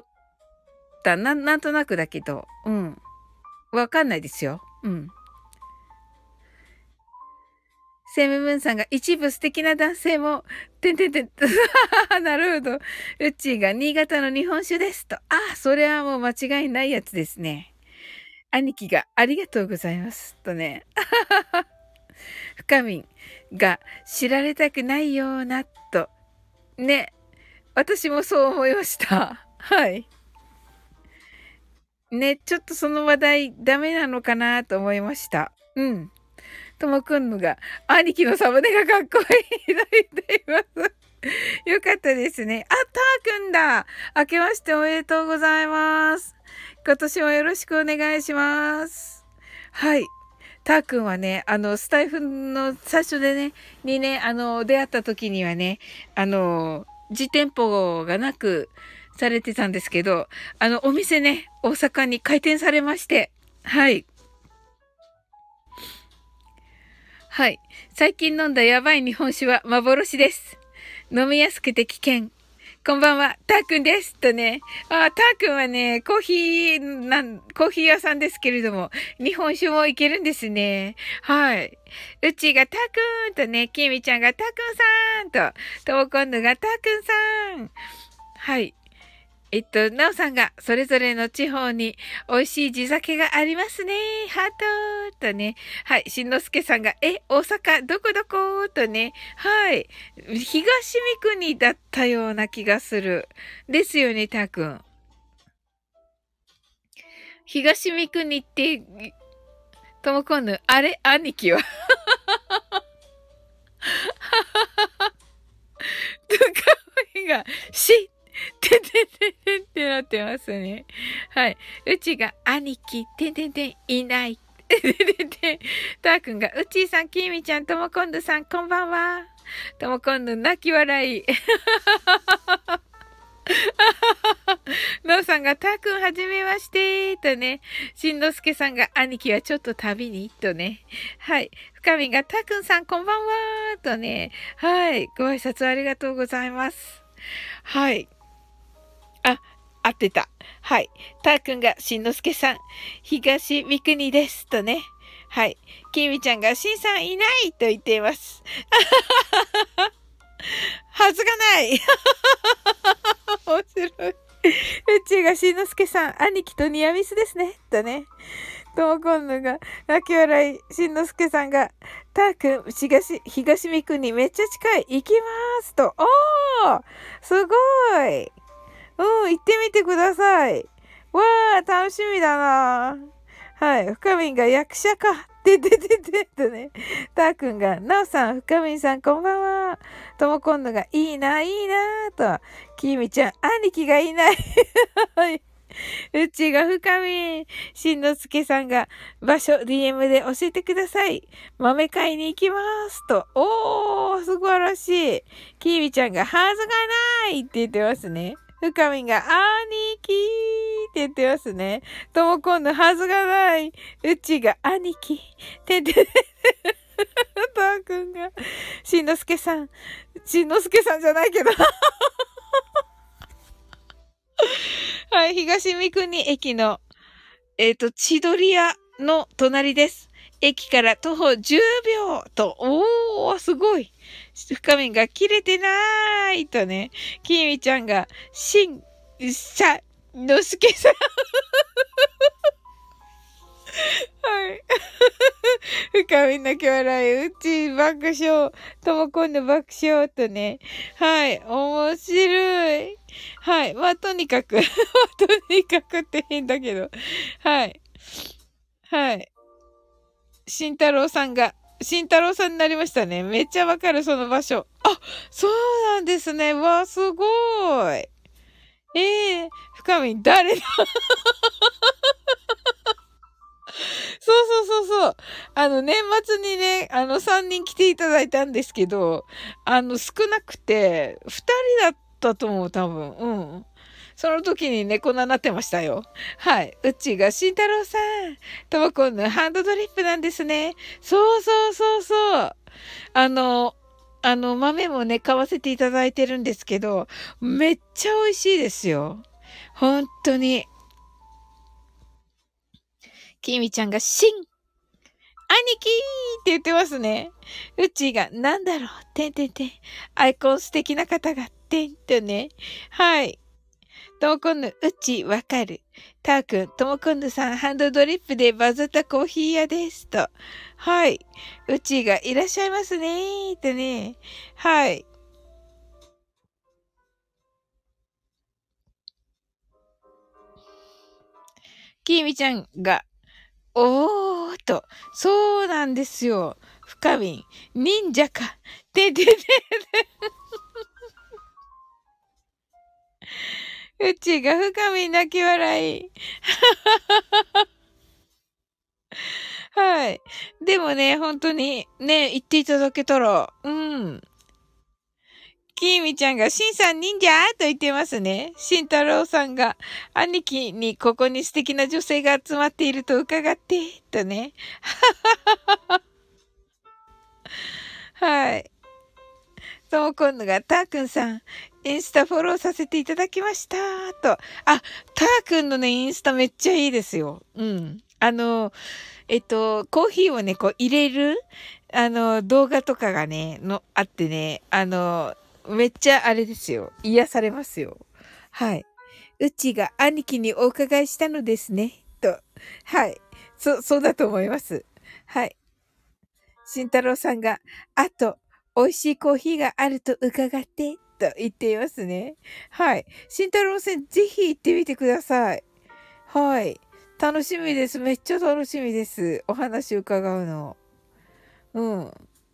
なんとなくだけど。うん。わかんないですよ。うん。セムムーンさんが一部素敵な男性も、なるほど。うっちーが新潟の日本酒ですと。それはもう間違いないやつですね。兄貴がありがとうございます。とね。深みんが知られたくないような、と。ね。私もそう思いました。はい。ね、ちょっとその話題ダメなのかなと思いました。うん。ともくんのが、兄貴のサムネがかっこいいと言っています。よかったですね。たーくんだ。明けましておめでとうございます。今年もよろしくお願いします。はい。たーくんはね、スタイフの最初でね、出会った時にはね、自店舗がなくされてたんですけど、お店ね、大阪に開店されまして、はい。はい。最近飲んだやばい日本酒は幻です。飲みやすくて危険。こんばんは、たーくんです。とね。たーくんはね、コーヒー屋さんですけれども、日本酒もいけるんですね。はい。うちがたーくんとね、きみちゃんがたーくんさんと、ともこんぬがたーくんさん。はい。 なおさんが、それぞれの地方に美味しい地酒がありますね。ハートとね。はい。しんのすけさんが、大阪、どこどことね。はい。東三国だったような気がする。ですよね、たーくん。東三国って、ともこんぬ、あれ兄貴はとかが、てんてんてんてんってなってますね。はい。うちが、兄貴、てんてんてん、いない。てんてんてん。たーくんが、うちーさん、きみちゃん、ともこんぬさん、こんばんは。ともこんぬ、泣き笑い。なおさんが、たーくんはじめまして、とね。しんのすけさんが、兄貴はちょっと旅に、とね。はい。深みが、たーくんさん、こんばんは、とね。はい。ご挨拶ありがとうございます。はい。あ、合ってた。はい。たーくんが、しんのすけさん、東三国です。とね。はい。きみちゃんが、しんさんいないと言っています。はずがない。面白い。うちがしんのすけさん、兄貴とニアミスですね。とね。ともこんぬが、泣き笑い、しんのすけさんが、たーくん、東三国めっちゃ近い。行きますと。おーすごい。うん、行ってみてください。わー、楽しみだな。はい。深みんが役者か。とね。たーくんが、なおさん、深みんさん、こんばんは。ともこんのが、いいな、いいな、と。きみちゃん、兄貴がいない。はい。うちが深みん。しんのすけさんが、場所 DM で教えてください。豆買いに行きます。と。おー、素晴らしい。きみちゃんが、はずがないって言ってますね。深みが、兄貴って言ってますね。ともこんのはずがない。うちが、兄貴。てててて。たーくんが、しんのすけさん。しんのすけさんじゃないけど。はい、東三国駅の、千鳥屋の隣です。駅から徒歩10秒と、おー、すごい。深みが切れてないとね、きみちゃんが、さのすけさん。はい。深み泣き笑い、うち爆笑、ともこんの爆笑とね。はい、面白い。はい、まあ、とにかく、とにかくって変だけど。はい。はい。慎太郎さんになりましたね。めっちゃわかる、その場所。あ、そうなんですね。わあ、すごい。ええ深み、誰だそうそうそうそう。年末にね、3人来ていただいたんですけど、少なくて、2人だったと思う、多分。うん。その時にね、こんななってましたよ。はい。うちが、慎太郎さん、ともこんのハンドドリップなんですね。そうそうそうそう。あの、豆もね、買わせていただいてるんですけど、めっちゃ美味しいですよ。本当に。きみちゃんが、兄貴って言ってますね。うちが、なんだろう、てんてんてん。アイコン素敵な方が、てんとね。はい。ともこんぬ、うち、わかる。たーくん、ともこんぬさん、ハンドドリップでバズったコーヒー屋です。と。はい。うちがいらっしゃいますねー。とね。はい。きみちゃんが、おーと、そうなんですよ。深みん、忍者か。てんてんてん。うちが深み泣き笑い。はい。でもね、本当に、ね、言っていただけたら、うん。きーみちゃんが、しんさん忍者と言ってますね。しん太郎さんが、兄貴にここに素敵な女性が集まっていると伺って、とね。はい。とも今度が、たーくんさん、インスタフォローさせていただきました。と。あ、たーくんのね、インスタめっちゃいいですよ。うん。コーヒーをね、こう入れる、動画とかがね、あってね、めっちゃあれですよ。癒されますよ。はい。 うちが兄貴にお伺いしたのですね。と。はい。そうだと思います。はい。慎太郎さんが、あと、美味しいコーヒーがあると伺って、と言っていますね。はい。慎太郎さん、ぜひ行ってみてください。はい。楽しみです。めっちゃ楽しみです。お話伺うの。うん。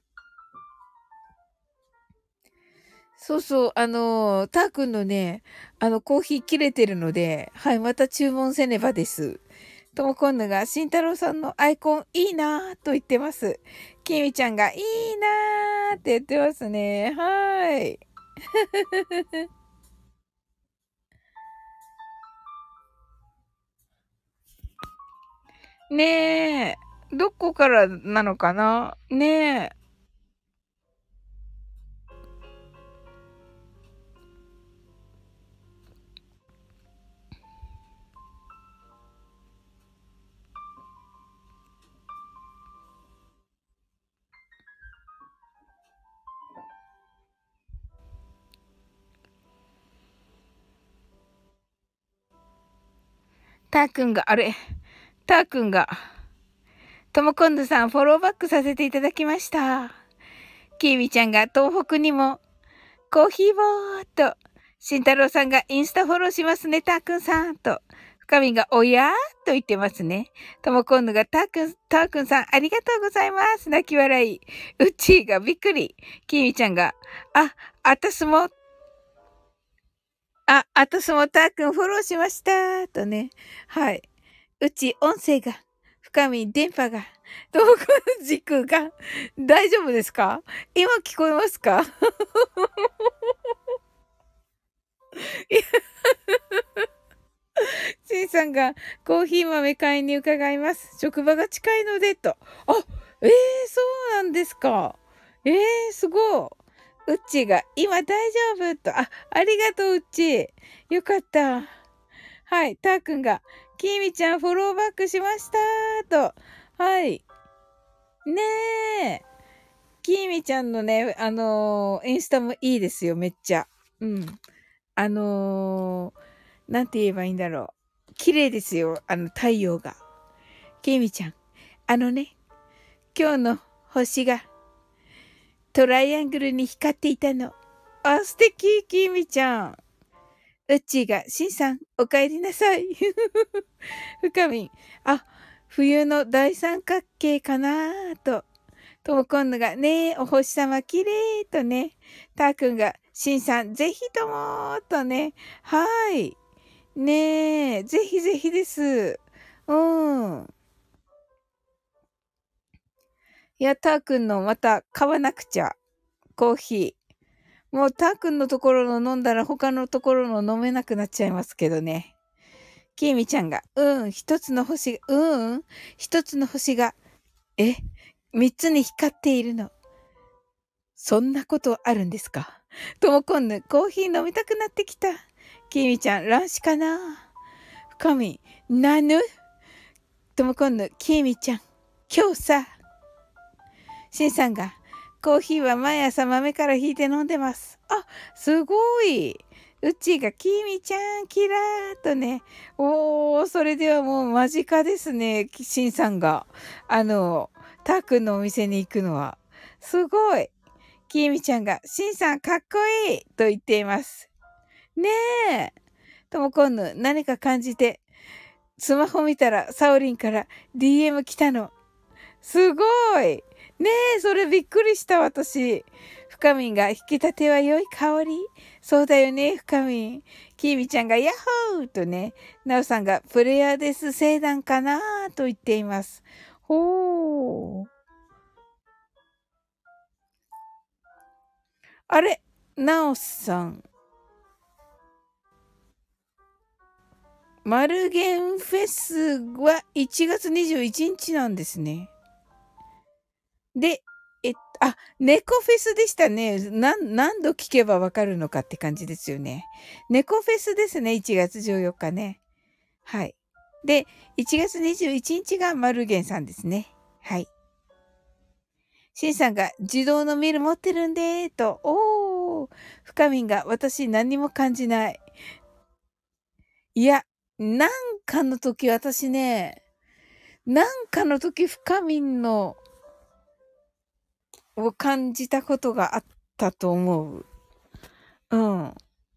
そうそう、たーくんのね、コーヒー切れてるので、はい、また注文せねばです。ともこんぬが、慎太郎さんのアイコンいいなぁと言ってます。きみちゃんがいいなぁって言ってますね。はい。ねえ。どこからなのかなねえ。たーくんが、あれたーくんが、ともこんぬさんフォローバックさせていただきました。きみちゃんが東北にもコーヒーボーっと、慎太郎さんがインスタフォローしますね、たーくんさんと、深みがおやーと言ってますね。ともこんぬがたーくんさんありがとうございます。泣き笑い。うっちーがびっくり。きみちゃんが、あ、あたすも、あたすもたーくんフォローしました。とね。はい。うち音声が、深み電波が、ともこん軸が、大丈夫ですか？今聞こえますか？シンさんがコーヒー豆買いに伺います。職場が近いので、と。あ、そうなんですか。すごい。うっちーが、今大丈夫と。ありがとう、うっちー。よかった。はい、たーくんが、きーみちゃんフォローバックしましたと。はい。ねえ。きーみちゃんのね、インスタもいいですよ、めっちゃ。うん。あのなんて言えばいいんだろう。綺麗ですよ。太陽が。ケイミちゃん。ね、今日の星がトライアングルに光っていたの。素敵、ケイミちゃん。うっちーが、しんさん、お帰りなさい。ふかみん。冬の大三角形かなーと。ともこんぬが、ねえ、お星様綺麗とね。たーくんが、しんさん、ぜひともーとね。はい。ねえ、ぜひぜひです。うん。いや、たーくんのまた買わなくちゃ。コーヒー。もうたーくんのところの飲んだら他のところの飲めなくなっちゃいますけどね。きーみちゃんが、一つの星、一つの星が、え、三つに光っているの。そんなことあるんですか？ともこんぬ、コーヒー飲みたくなってきた。きーみちゃん、卵子かな？深み、なぬ？ともこんぬ、きーみちゃん、今日さ、しんさんが、コーヒーは毎朝豆からひいて飲んでます。すごい。うちが、きみちゃん、キラーとね。それではもう間近ですね。しんさんが。たーくんのお店に行くのは。すごい。きみちゃんが、しんさん、かっこいいと言っています。ねえ。ともこんぬ、何か感じて、スマホ見たら、サオリンから DM 来たの。すごい。ねえ、それびっくりした、私。深みんが引き立ては良い香り。そうだよね、深みん。きーみちゃんがヤッホーとね、なおさんがプレイヤーデス星団かなと言っています。ほー。あれ、なおさん。マルゲンフェスは1月21日なんですね。で、猫フェスでしたね。何度聞けばわかるのかって感じですよね。猫フェスですね。1月14日ね。はい。で、1月21日がマルゲンさんですね。はい。シンさんが自動のミル持ってるんでと。深みんが私何にも感じない。 いや、なんかの時、私ね、なんかの時、深みんのを感じたことがあったと思う。うん。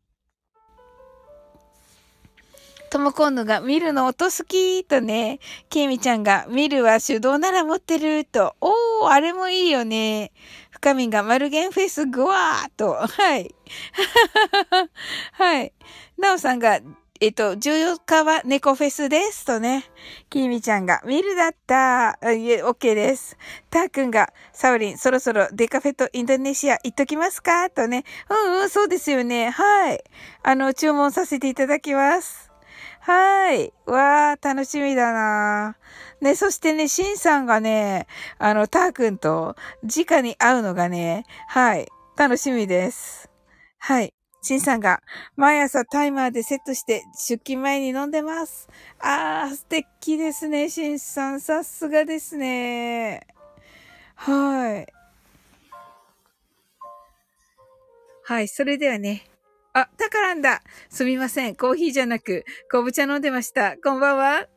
ともこんぬが見るの音好きとね、きみちゃんが見るは手動なら持ってると、おー、あれもいいよね。深みんがマルゲンフェイスグワーと、はい。はい。なおさんが、14日は猫フェスですとね。きみちゃんが、見るだった。いえ、OK です。たーくんが、サウリン、そろそろデカフェとインドネシア行っときますかとね。うんうん、そうですよね。はい。注文させていただきます。はい。わー、楽しみだなね、そしてね、シンさんがね、たーくんと直に会うのがね、はい、楽しみです。はい。シンさんが、毎朝タイマーでセットして出勤前に飲んでます。あー、素敵ですね、シンさん。さすがですね。はい。はい、それではね。あ、タカランだ。すみません。コーヒーじゃなく、昆布茶飲んでました。こんばんは。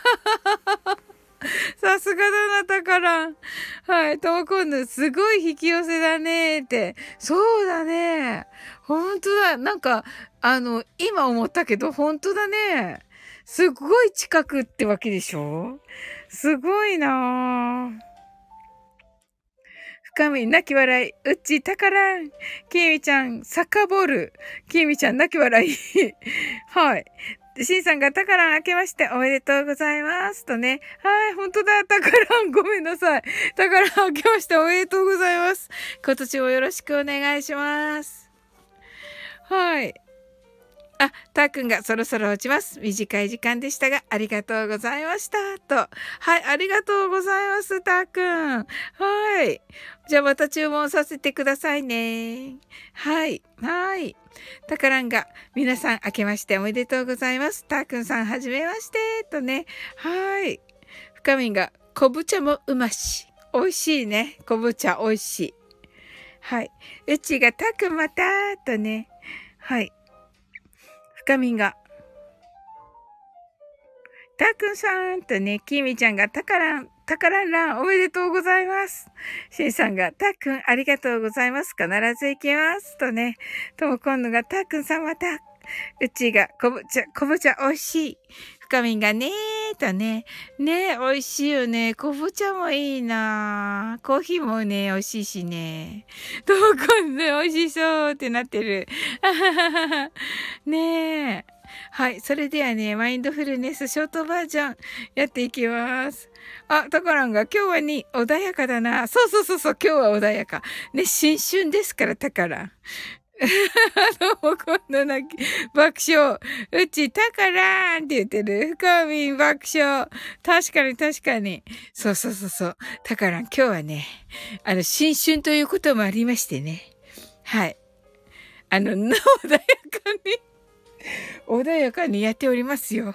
さすがだな、タカラン。はい、ともこんぬ、すごい引き寄せだねって。そうだね。ほんとだ。なんか、今思ったけど、ほんとだね。すごい近くってわけでしょ？すごいなぁ。深み、泣き笑い。うっち、たからん。きみちゃん、サッカーボール。きみちゃん、泣き笑い。はい。しんさんがたからん明けましておめでとうございます。とね。はい、ほんとだ。たからん、ごめんなさい。たからん明けましておめでとうございます。今年もよろしくお願いします。はい。あ、たーくんがそろそろ落ちます。短い時間でしたが、ありがとうございました。と。はい、ありがとうございます、たーくん。はい。じゃあまた注文させてくださいね。はい。はい。たからんが、皆さん明けましておめでとうございます。たーくんさんはじめまして。とね。はい。深みんが、昆布茶もうまし。美味しいね。昆布茶美味しい。はい。うちがたくんまたとね。はい。深みんが、たーくんさんとね、きみちゃんがたからんらんおめでとうございます。しんさんが、たーくんありがとうございます。必ず行きます。とね、ともこんのが、たーくんさんまた、うちが、昆布茶美味しい。深みんがねーとね、ね美味しいよね。昆布茶もいいなコーヒーもね、美味しいしね。ともこんの美味しそうってなってる。あははははねえ。はい。それではね、マインドフルネスショートバージョンやっていきます。あ、タカランが今日は穏やかだな。そうそうそうそう、今日は穏やか。ね、新春ですから、タカラン。もう今度泣き、爆笑。うち、タカラーンって言ってる。深みん爆笑。確かに確かに。そうそうそうそう。タカラン、今日はね、新春ということもありましてね。はい。穏やかに穏やかにやっておりますよ。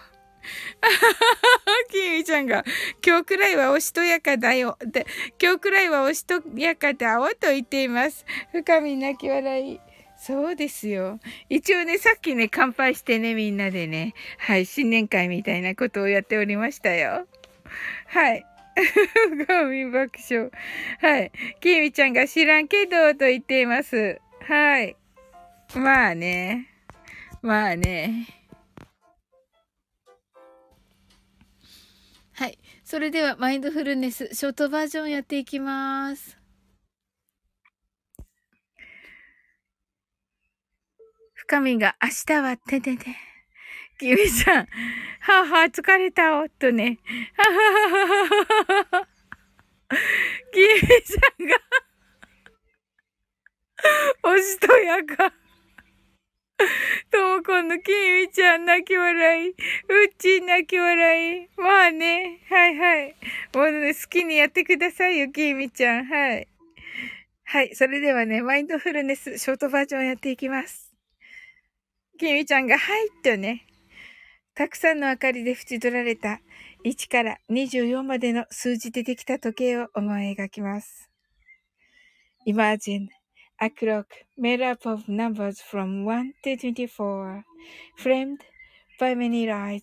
キミちゃんが、今日くらいはおしとやかだよ。今日くらいはおしとやかだおと言っています。深み泣き笑い。そうですよ。一応ね、さっきね、乾杯してね、みんなでね、はい、新年会みたいなことをやっておりましたよ。はい。深み爆笑。はい。きみちゃんが知らんけど、と言っています。はい。まあね。まあね。はい。それでは、マインドフルネス、ショートバージョンやっていきます。深みが、明日は、ててて。きみさん、はぁはぁ、疲れたお、とね。はははははは。きみさんが、おしとやか。ともこんのきみちゃん泣き笑い。うっちー泣き笑い。まあね。はいはい。もうね、好きにやってくださいよ、きみちゃん。はい。はい。それではね、マインドフルネス、ショートバージョンやっていきます。きみちゃんが、はい、とね。たくさんの明かりで縁取られた1から24までの数字でできた時計を思い描きます。Imagine a clock made up of numbers from 1 to 24, framed by many lights。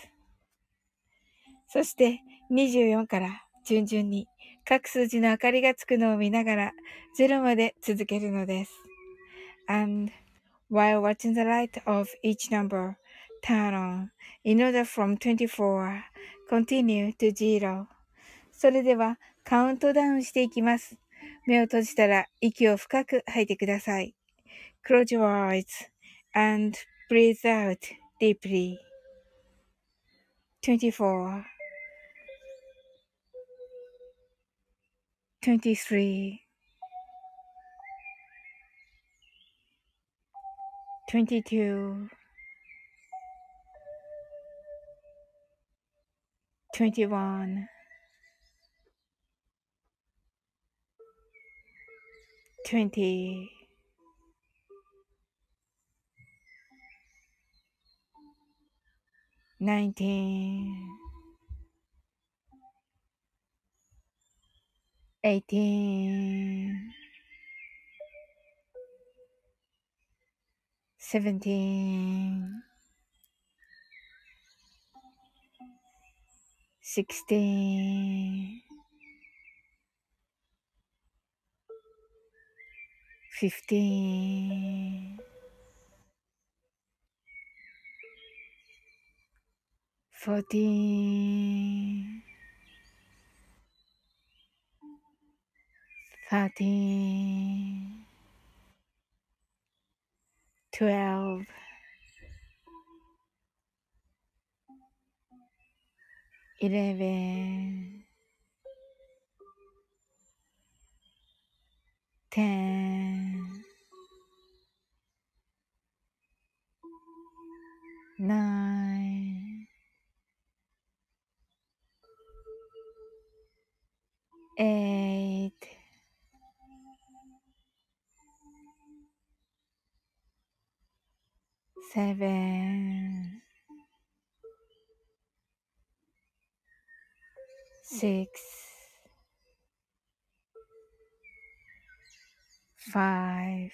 そして24から順々に各数字の明かりがつくのを見ながら0まで続けるのです。And while watching the light of each number turn on in order from 24, continue to 0。それではカウントダウンしていきます。目を閉じたら息を深く吐いてください。Close your eyes and breathe out deeply. 24, 23, 22, 21, 20, 19, 18, 17, 16, 15, 14, 13, 12, 11, 10, 9, 8, 7, 6, 5,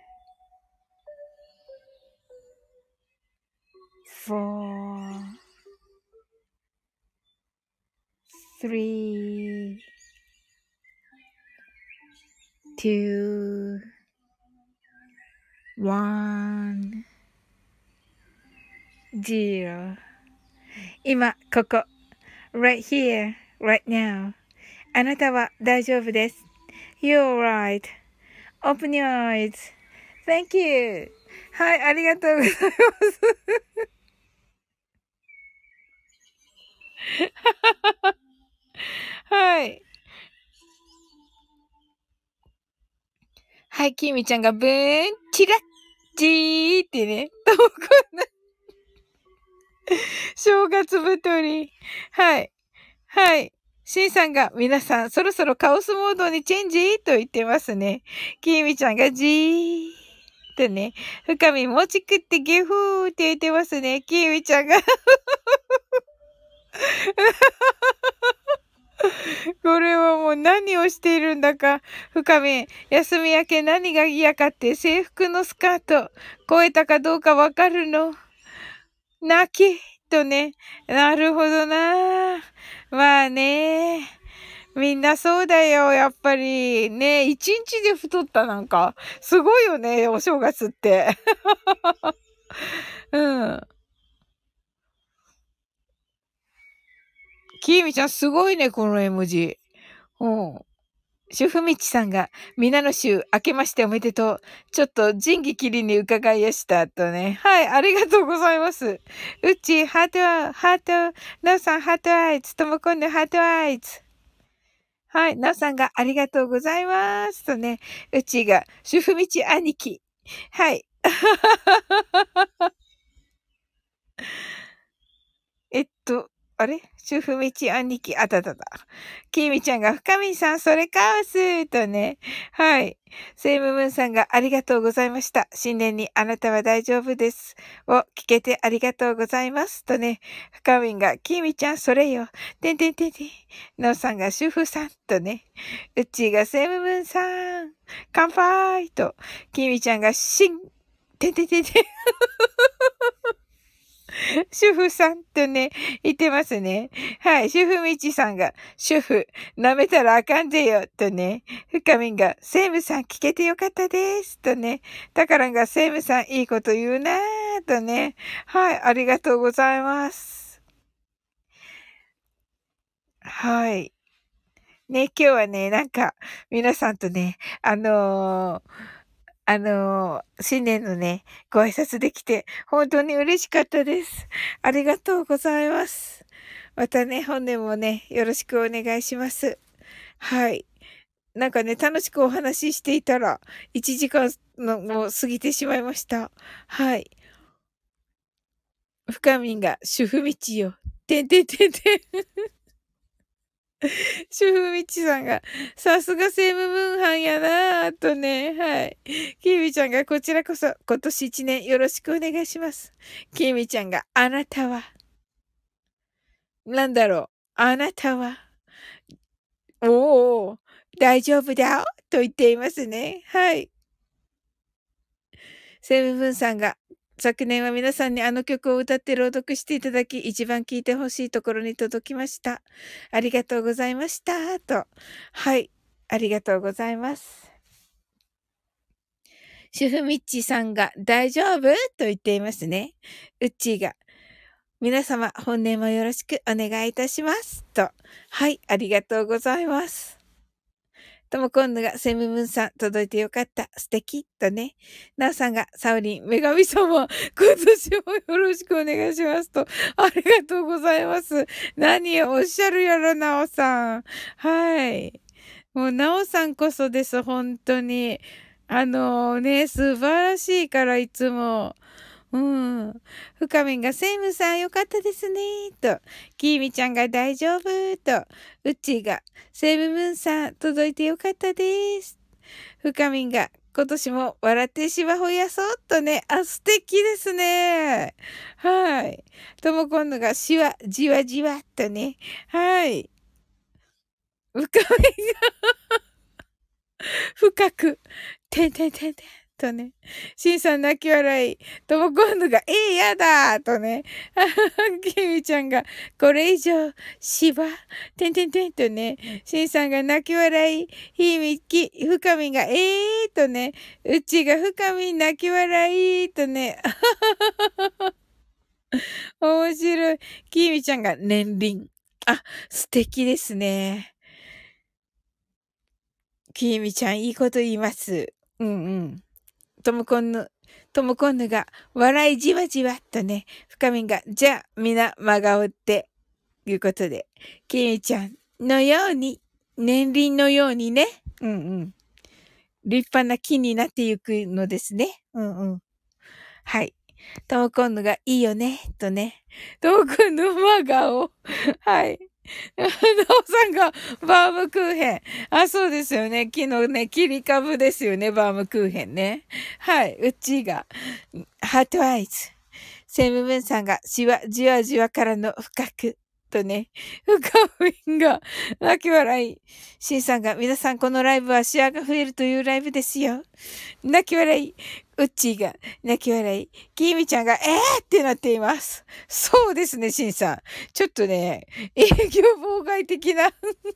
4, 3, 2, 1, 0。今、ここ。right here, right now. あなたは大丈夫です。You're right.Open your eyes.Thank you. はい、ありがとうございます。はい。はい、きみちゃんがブーン、チラッ、ジーってね。正月太り。はい。はい。シンさんが、皆さん、そろそろカオスモードにチェンジと言ってますね。きみちゃんが、ジーってね。深み、もちくってゲフーって言ってますね。きみちゃんが。これはもう何をしているんだか。深み、休み明け何が嫌かって制服のスカート、超えたかどうかわかるの。泣き、とね。なるほどな。まあね。みんなそうだよ、やっぱり。ね、一日で太ったなんか。すごいよね、お正月って。うん。きーみちゃんすごいね、この絵文字。うん。主婦みちさんが、皆の衆、明けましておめでとう。ちょっと、仁義切りに伺いやした。とね。はい、ありがとうございます。うち、ハート、なおさん、ハートアイズ、ともこんのハートアイズ。はい、なおさんがありがとうございます。とね。うちが、主婦みち兄貴。はい。あれ主婦みち兄貴、あたたた。きみちゃんが、深みさん、それカオスとね。はい。セイムムーンさんが、ありがとうございました。新年にあなたは大丈夫です。を聞けてありがとうございます。とね。深みんが、きみちゃん、それよ。てんてんてんてん。のうさんが、主婦さん。とね。うっちーが、セイムムーンさん。乾杯と。きみちゃんが、てんてんてんてん。 主婦さんとね、言ってますね。はい。主婦みちさんが、主婦、舐めたらあかんでよ、とね。深みんが、セイムさん聞けてよかったです、とね。タカランが、セイムさんいいこと言うなー、とね。はい。ありがとうございます。はい。ね、今日はね、なんか、皆さんとね、新年のね、ご挨拶できて、本当に嬉しかったです。ありがとうございます。またね、本年もね、よろしくお願いします。はい。なんかね、楽しくお話ししていたら、1時間のもう過ぎてしまいました。はい。深みんが主婦道よ。てんてんてんてん。主婦みちさんが、さすが政務分班やなぁ、とね、はい。きみちゃんが、こちらこそ、今年1年よろしくお願いします。きみちゃんが、あなたは、なんだろう、あなたは、おー、大丈夫だよ、と言っていますね。はい。セブブンさんが、昨年は皆さんにあの曲を歌って朗読していただき、一番聴いてほしいところに届きました。ありがとうございました。と。はい。ありがとうございます。主婦ミッチーさんが大丈夫と言っていますね。うっちーが皆様本年もよろしくお願いいたします。と。はい、ありがとうございます。ともこんぬがセムムーンさん届いてよかった。素敵。とね。なおさんがサウリン女神様今年もよろしくお願いしますと。ありがとうございます。何をおっしゃるやろ、なおさん。はい。もうなおさんこそです、本当に。素晴らしいから、いつも。うん。深みんが、セイムさんよかったですね。と。きーみちゃんが大丈夫。と。うっちーが、セイムムーンさん届いてよかったです。深みんが、今年も笑ってしばほやそうとね。あ、素敵ですね。はい。とも今度が、しわ、じわじわとね。はい。深み深く、てんてんてんてんとね、しんさん泣き笑い、とも今度が、やだとね、きみちゃんが、これ以上、しば、てんてんてんとね、しんさんが泣き笑い、ひみき、深みが、とね、うちが深み泣き笑い、とね、面白い。きみちゃんが年輪。あ、素敵ですね。きみちゃん、いいこと言います。うんうん。ともこんぬが、笑いじわじわっとね、深みが、じゃあ、みんな、真顔って、いうことで、きみちゃんのように、年輪のようにね、うんうん。立派な木になっていくのですね。うんうん。はい。ともこんぬがいいよね、とね。ともこんぬ真顔。はい。なおさんがバームクーヘン。あ、そうですよね。昨日ね、切り株ですよね、バームクーヘンね。はい。うちが、ハートアイズ。セムムンさんが、じわじわからの深く。とね、深みんが、泣き笑い。シンさんが、皆さんこのライブはシェアが増えるというライブですよ。泣き笑い。うっちーが、泣き笑い。きみちゃんが、ってなっています。そうですね、しんさん。ちょっとね、営業妨害的な。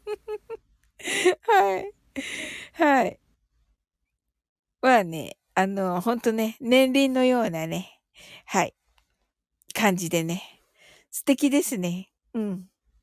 はい。はい。はね、ほんとね、年輪のようなね、はい、感じでね。素敵ですね。うん。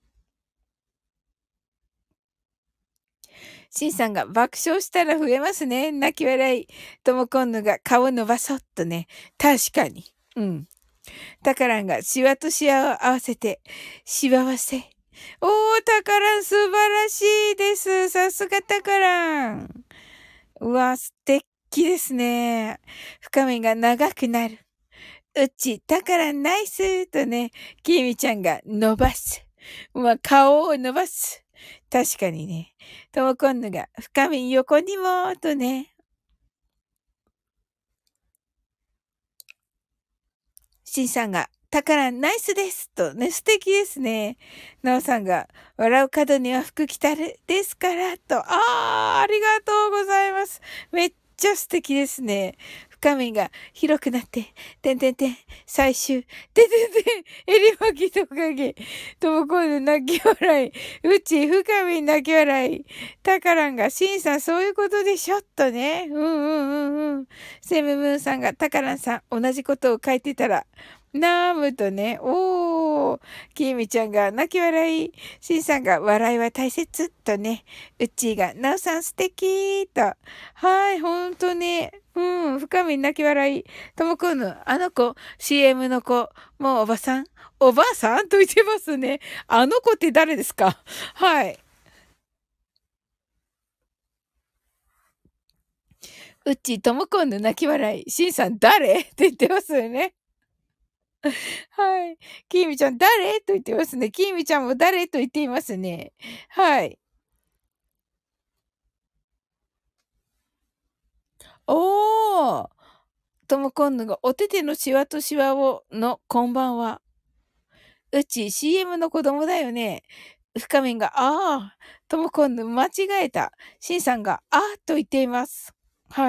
しんさんが爆笑したら増えますね。泣き笑い。ともこんぬが顔伸ばそうっとね。確かに。うん。たからんがシワとシワを合わせて、しわわせ。おー、たからん素晴らしいです。さすがたからん。うわ、素敵ですね。深みが長くなる。うち、だからナイスとね、きみちゃんが伸ばす。まあ、顔を伸ばす。確かにね。ともこんぬが、深み横にも、とね。しんさんが、だからナイスですとね、素敵ですね。なおさんが、笑う角には福来たるですから、と。ありがとうございます。めっちゃ素敵ですね。 深みが広くなって、てんてんてん、最終、てんてんてん、襟巻きトカゲ、ともこんぬ泣き笑い、うち、深み泣き笑い、たからんが、しんさんそういうことでしょっとね。うんうんうんうん。セムムーンさんが、たからんさん、同じことを書いてたら、ナームとね、おー、きみちゃんが泣き笑い、しんさんが笑いは大切とね、うっちーがなおさん素敵と、はい、ほんとね、うん、深み泣き笑い、ともこぬ、あの子、CM の子、もうおばさんおばあさんと言ってますね。あの子って誰ですか？はい。うっちー、ともこぬ泣き笑い、しんさん誰って言ってますよね。はい。きみちゃん、誰と言ってますね。きみちゃんも誰と言っていますね。はい。おー。ともこんぬが、お手手のシワとシワを、の、こんばんは。うち、CM の子供だよね。深みんが、ああ。ともこんぬ、間違えた。しんさんが、ああ、と言っています。はい。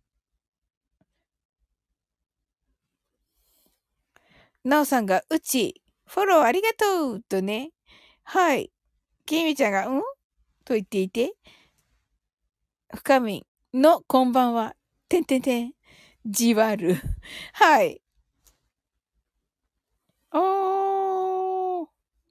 なおさんが、うち、フォローありがとうとね。はい。きみちゃんが、うんと言っていて、深みのこんばんは。てんてんてん。じわる。はい。おー。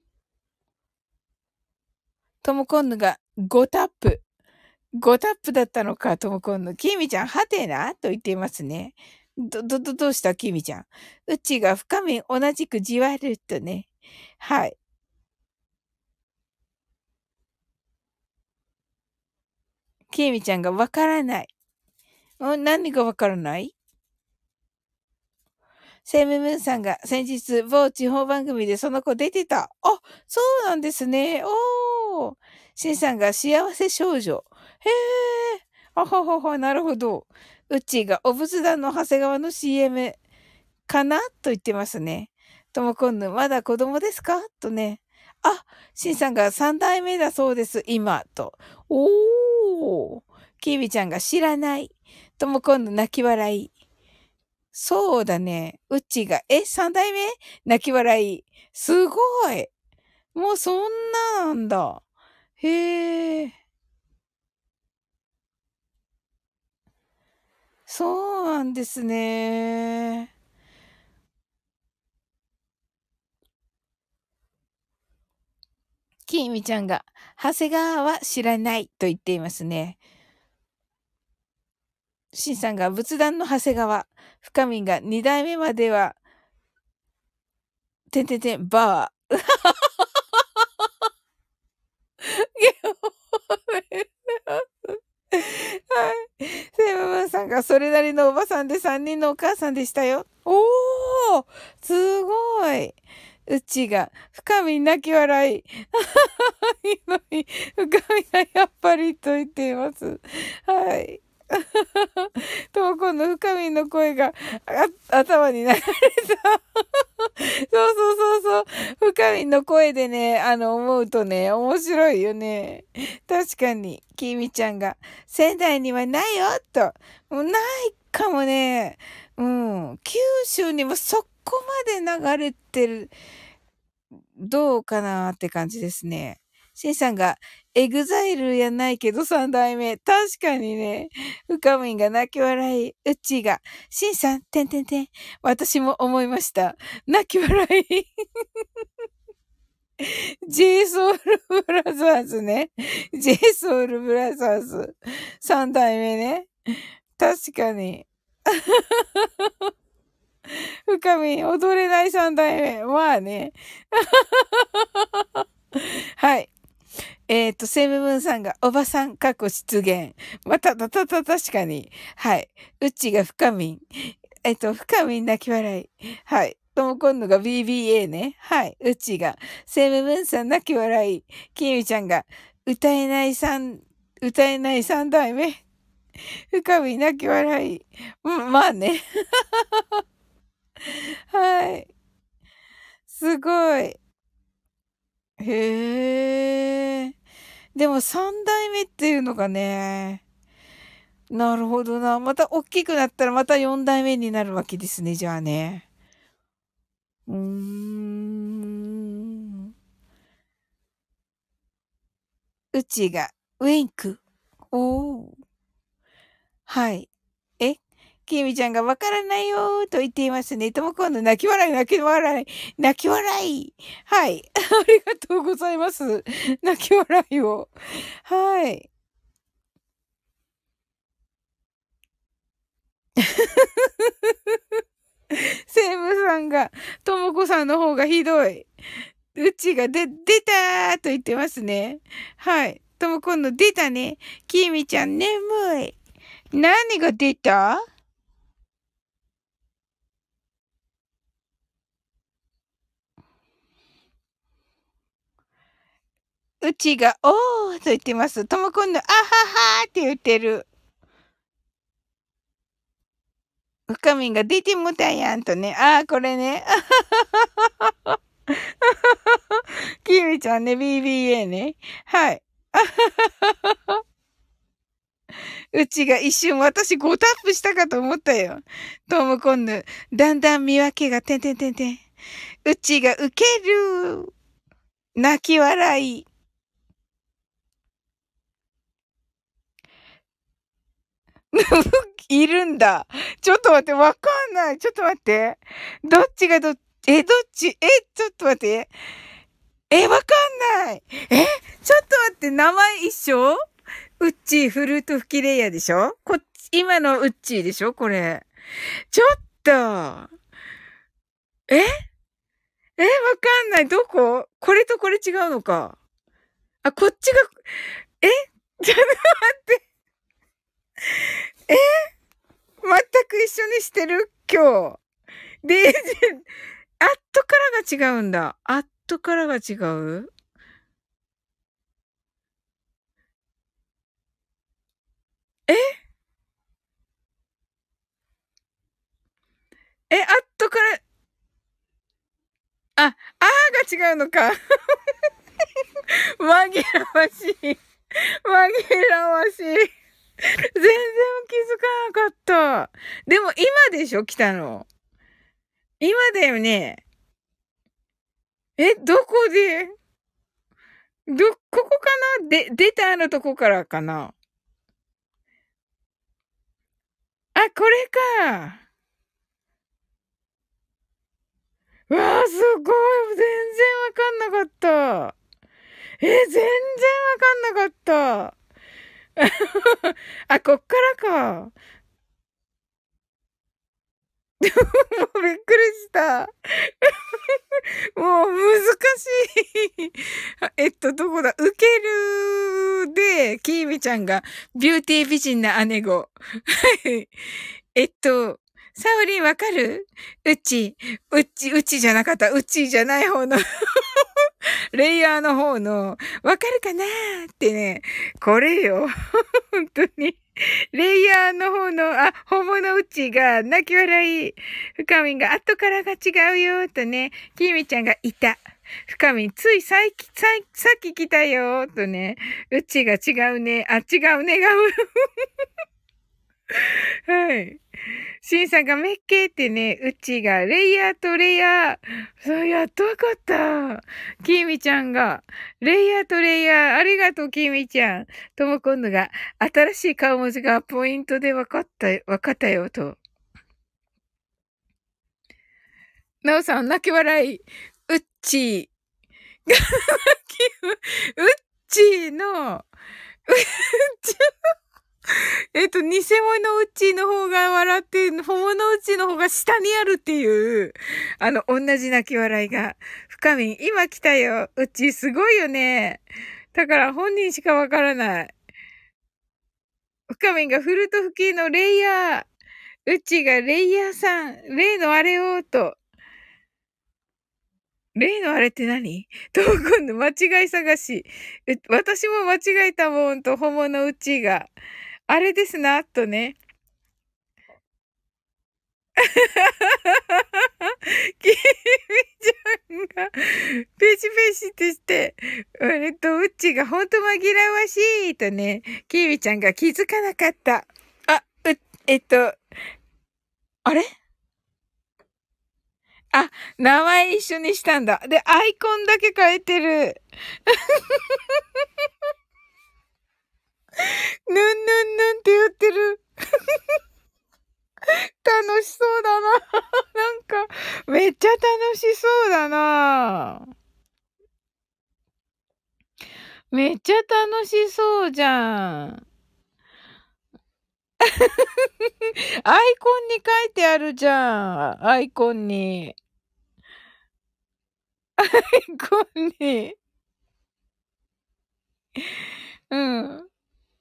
ともこんぬが5タップ。5タップだったのか、ともこんぬ。きみちゃん、はてなと言っていますね。どうしたきみちゃん。うちが深み同じくじわるとね。はい。きみちゃんがわからない。何がわからない？セムムーンさんが先日某地方番組でその子出てた。あ、そうなんですね。おー。シンさんが幸せ少女。へえ。あははは、なるほど。うっちーがお仏壇の長谷川の CM かなと言ってますね。ともこんぬ、まだ子供ですかとね。あ、シンさんが三代目だそうです、今。と。おー。キービちゃんが知らない。ともこんぬ、泣き笑い。そうだね。うっちーが、三代目泣き笑い。すごい。もうそんななんだ。へえ。そうなんですね。きみちゃんが、長谷川は知らないと言っていますね。しんさんが仏壇の長谷川。深みんが二代目までは、てんてんてん、バー。はい。セイムムーンさんがそれなりのおばさんで三人のお母さんでしたよ。おー、すごい。うちが、深み泣き笑い。いいのに、深みがやっぱりと言っています。はい。ともこの深みの声が頭に流れた。そうそうそうそう。深みの声でね、思うとね、面白いよね。確かに、きみちゃんが、仙台にはないよ、と。もうないかもね。うん。九州にもそこまで流れてる。どうかなって感じですね。シンさんが、エグザイルやないけど三代目。確かにね。深みんが泣き笑い。うっちーが、シンさん、てんてんてん。私も思いました。泣き笑い。j ソウルブラザーズね。j ソウルブラザーズ。三代目ね。確かに。深み、踊れない三代目。まあね。はい。セムムーンさんが、おばさん、過去出現。確かに。はい。うちが深みん。深みん泣き笑い。はい。ともこんのが BBA ね。はい。うちが、セムムーンさん泣き笑い。きみちゃんが、歌えない三代目。深み泣き笑い。うん、まあね。はい。すごい。へえ。でも三代目っていうのがね、 なるほどな。また大きくなったらまた4代目になるわけですね、じゃあね。うーん。うちが、ウィンク。おー。はい。えきみちゃんがわからないよーと言っていますね。とも今度泣き笑い、泣き笑い、泣き笑い。はい。ありがとうございます。泣き笑いを。はい。セイムさんが、ともこさんの方がひどい。うちが出たーと言ってますね。はい。とも今度出たね。きみちゃん眠い。何が出た？うちが、おーと言ってます。とも今度、あははーって言ってる。深みんが出てもたやんとね。ああ、これね。きみちゃんね、BBA ね。はい。うちが一瞬私5タップしたかと思ったよ。トムコンヌ。だんだん見分けがてんてんてんてん。うちがウケる。泣き笑い。いるんだ。ちょっと待って、わかんない。ちょっと待って。どっちがどっち、どっちちょっと待って。わかんない。ちょっと待って、名前一緒？ウッチーフルート吹きレイヤーでしょ？こっち、今のウッチーでしょこれ。ちょっと。えわかんない。どこ？これとこれ違うのか。あ、こっちが、えちょっと待って。え全く一緒にしてる今日。で、アットからが違うんだ。アットからが違う？えアットから、あ、あーが違うのか。紛らわしい。紛らわしい。全然気づかなかった。でも今でしょ来たの。今だよね。どこで、ここかな出たのとこからかな？あ、これか。うわあ、すごい。全然わかんなかった。全然わかんなかった。あ、こっからか。もうびっくりした。もう難しい。どこだウケるで、キーミちゃんがビューティー美人な姉子。はい。サウリンわかる？うちじゃなかった。うちじゃない方のレイヤーの方の、わかるかなーってね、これよ。本当に。レイヤーの方の、本物うちが泣き笑い。深みんが後からが違うよ、とね、きみちゃんがいた。深みん、ついさっき来たよ、とね、うちが違うね、違うねが、はい。シンさんがメッケーってね、うちがレイヤーとレイヤー。そう、やっとわかった。キミちゃんが、レイヤーとレイヤー、ありがとう、キミちゃん。とも今度が、新しい顔文字がポイントでわかったよ、と。なおさん、泣き笑い。うっちー。うっちーの、うっち偽物うちの方が笑って、本物うちの方が下にあるっていう、同じ泣き笑いが。深みん、今来たよ。うちすごいよね。だから本人しかわからない。深みんがフルート吹きのレイヤー。うちがレイヤーさん。例のあれをと。例のあれって何？と、今度間違い探し。私も間違えたもんと本物うちが。あれですな、とね。キミちゃんが、ペチペチってして、うっちがほんと紛らわしいとね、キミちゃんが気づかなかった。 えっと、あれあ、名前一緒にしたんだ。で、アイコンだけ変えてる。ぬんぬんぬんって言ってる。楽しそうだな。なんか、めっちゃ楽しそうだな。めっちゃ楽しそうじゃん。アイコンに書いてあるじゃん。アイコンに。アイコンに。うん。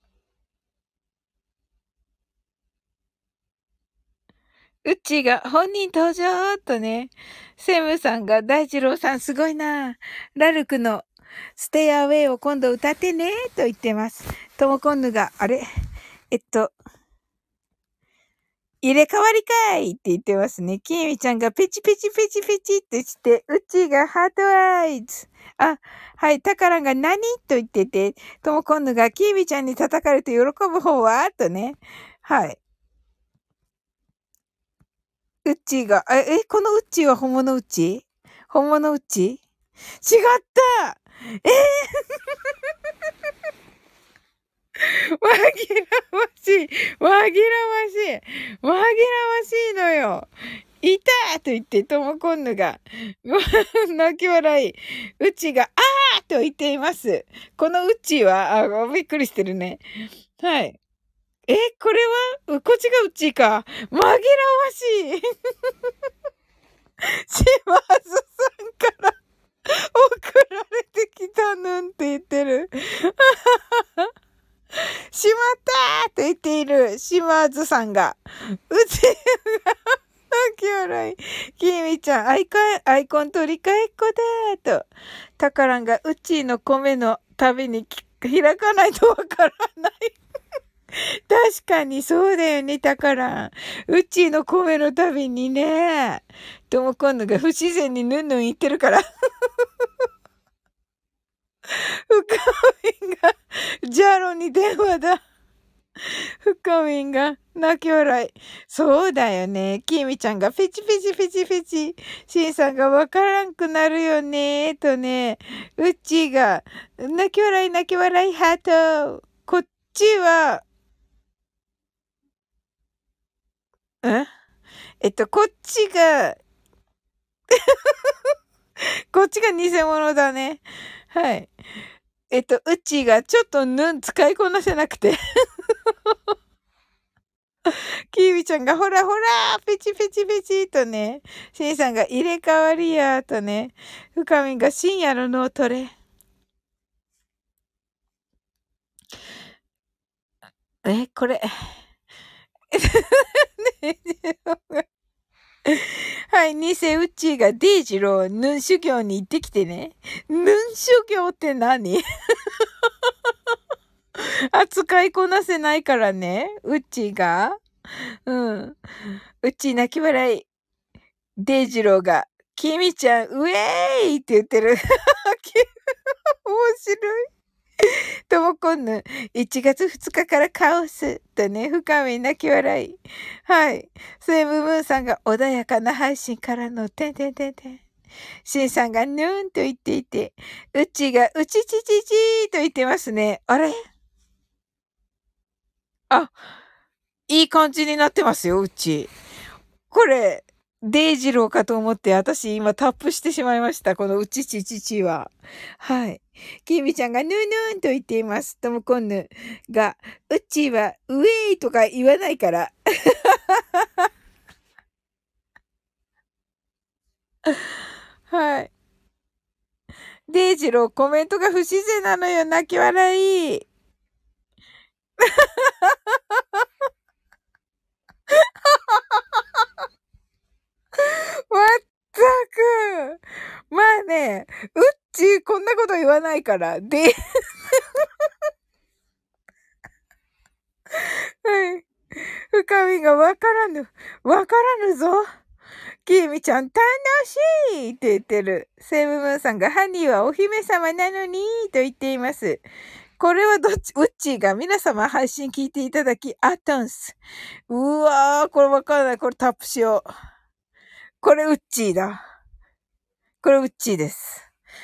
うっちーが本人登場とね。セムさんが大二郎さんすごいな。ラルクのステイアウェイを今度歌ってねと言ってます。ともこんぬが、あれえっと、入れ替わりかいって言ってますね。きみちゃんがペチペチペチペチってして、うっちーがハートアイズ。あ、はい、タカランが何と言ってて、ともこんぬがきみちゃんに叩かれて喜ぶ方はとね。はい。うっちーが、このうっちーは本物うっちー本物うっちー違った紛らわしい紛らわしい紛らわしいのよいたと言って、ともこんぬが、泣き笑い。うちが、あーと言っています。このうちは、びっくりしてるね。はい。これはこっちがうちか。紛らわしい。島津さんから送られてきたぬんって言ってる。しまったーと言っている島津さんが。うちが泣き笑い。きみちゃん、アイコン取り替えっこだーと。タカランがうちの米のたびに開かないとわからない。確かにそうだよね、タカラン。うちの米のたびにね。とも今度が不自然にヌンヌン言ってるから。深みが、ジャロに電話だ。深みんが泣き笑い。そうだよね。きみちゃんがペチペチペチペチ。しんさんがわからんくなるよね。とね。うっちーが泣き笑い泣き笑いハート。こっちは、んこっちが、こっちが偽物だね。はい。うっちーがちょっと使いこなせなくて。キービちゃんがほらほら、ペチペチペチとね、シンさんが入れ替わりやとね、深みが深夜の脳トレ。これ。はい、偽ウッチーがデイジロー、ヌン修行に行ってきてね。ヌン修行って何扱いこなせないからね、ウッチーが。うん。ウッチー泣き笑い。デイジローが、キミちゃん、ウェーイって言ってる。面白い。ともこんぬ、1月2日からカオス。とね、深み泣き笑い。はい。スエムムーンさんが穏やかな配信からの、てんてんてんてん。シンさんがヌーンと言っていて、うちがうちちちちーと言ってますね。あれあ、いい感じになってますよ、うち。これ、デイジローかと思って、私今タップしてしまいました。このうちちちちは。はい。きみちゃんがヌーヌーンと言っています。ともこんぬが、うちはウェイとか言わないから。はい。デイジローコメントが不自然なのよ。泣き笑い。まったく。まあね、うっちこんなこと言わないから。で、はい。深みがわからぬぞ。きみちゃん、楽しいって言ってる。セイムムーンさんが、ハニーはお姫様なのにと言っています。 これはどっち、ウッチーが皆様配信聞いていただき、アトンス。うわー、これわかんない。これタップしよう。これウッチーだ。これウッチーです。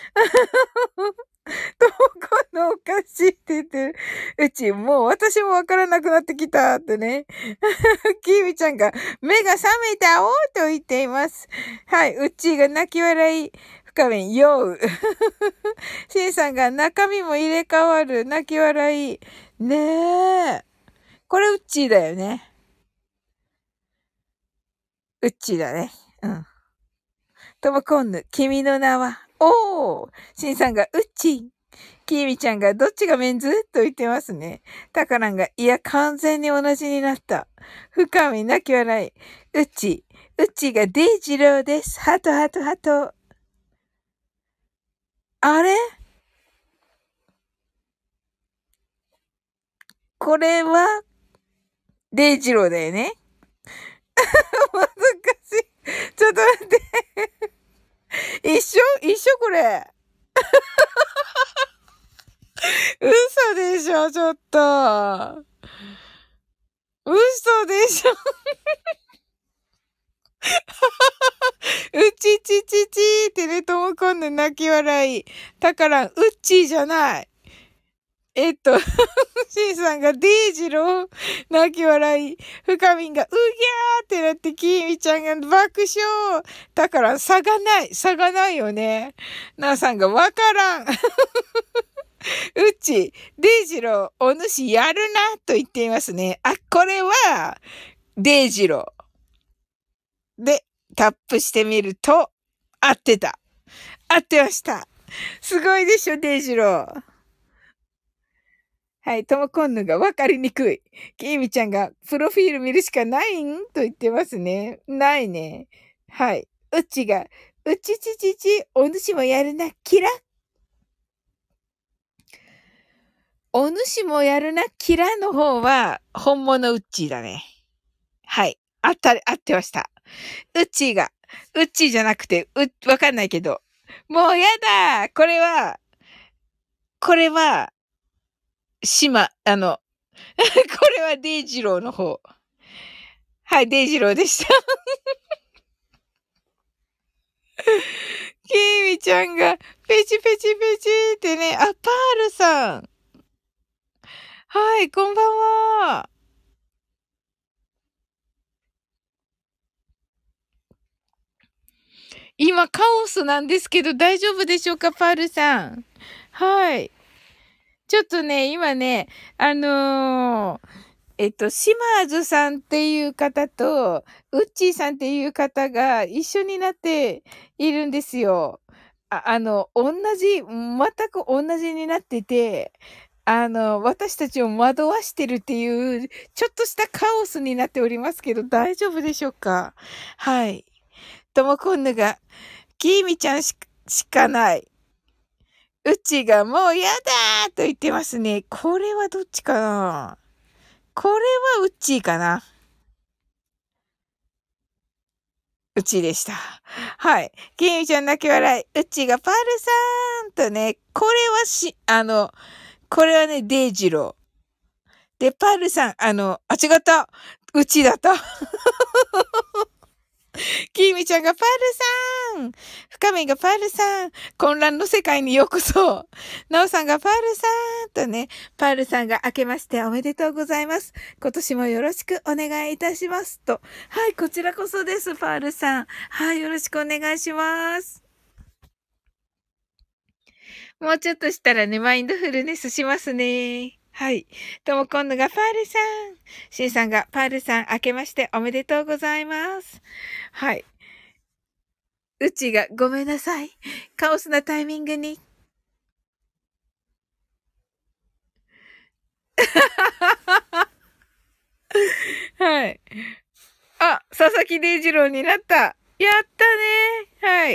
どこのおかしいって言ってる。うち、もう私もわからなくなってきたってね。キーミちゃんが目が覚めたおーと言っています。はい、うっちーが泣き笑い。深めん、よう。シンさんが中身も入れ替わる。泣き笑い。ねえ。これうっちーだよね。うっちーだね。うん。ともこんぬ、君の名は、おー。シンさんがうっちー。きーみちゃんがどっちがメンズと言ってますね。タカランが、いや、完全に同じになった。深み泣き笑い。うちがデイジローです。ハトハトハト。あれこれは、デイジローだよね。難しい。ちょっと待って。一緒これ。嘘でしょ、ちょっと。嘘でしょ。うちちちちーってね、ともこんの泣き笑い。だから、うっちーじゃない。シンさんがデイジロー、泣き笑い。深みんがうぎゃーってなって、キーミちゃんが爆笑。だから、差がないよね。なあさんがわからん。うち、デイジロー、お主やるな、と言っていますね。あ、これは、デイジロー。で、タップしてみると、合ってた。合ってました。すごいでしょ、デイジロー。はい、ともこんぬがわかりにくい。きみちゃんが、プロフィール見るしかないんと言ってますね。ないね。はい。うちが、うちちちち、お主もやるな、キラ。お主もやるな、キラの方は、本物うっちーだね。はい。合ってました。うっちーが、うっちーじゃなくて、わかんないけど。もうやだこれは、これはデイジローの方。はい、デイジローでした。キーミちゃんが、ペチペチペチってね、あ、パールさん。はい、こんばんは。今、カオスなんですけど、大丈夫でしょうか、パールさん。はい。ちょっとね、今ね、島津さんっていう方と、ウッチーさんっていう方が一緒になっているんですよ。全く同じになってて、私たちを惑わしてるっていう、ちょっとしたカオスになっておりますけど、大丈夫でしょうか？はい。ともこんぬが、きーみちゃんしかない。うちがもうやだーと言ってますね。これはどっちかな？これはうっちーかな？うちでした。はい。きーみちゃん泣き笑い。うちがパールさーんとね、これはね、デイジロー。で、パールさん、違った。うちだった。きーみちゃんがパールさん。深みがパールさん。混乱の世界にようこそ。なおさんがパールさんとね、パールさんが明けましておめでとうございます。今年もよろしくお願いいたしますと。はい、こちらこそです、パールさん。はい、よろしくお願いします。もうちょっとしたらね、マインドフルネスしますね。はい。とも今度がパールさん。シンさんがパールさん、明けましておめでとうございます。はい。うちがごめんなさい。カオスなタイミングに。はい。あ、佐々木デイジローになった。やったね。はい。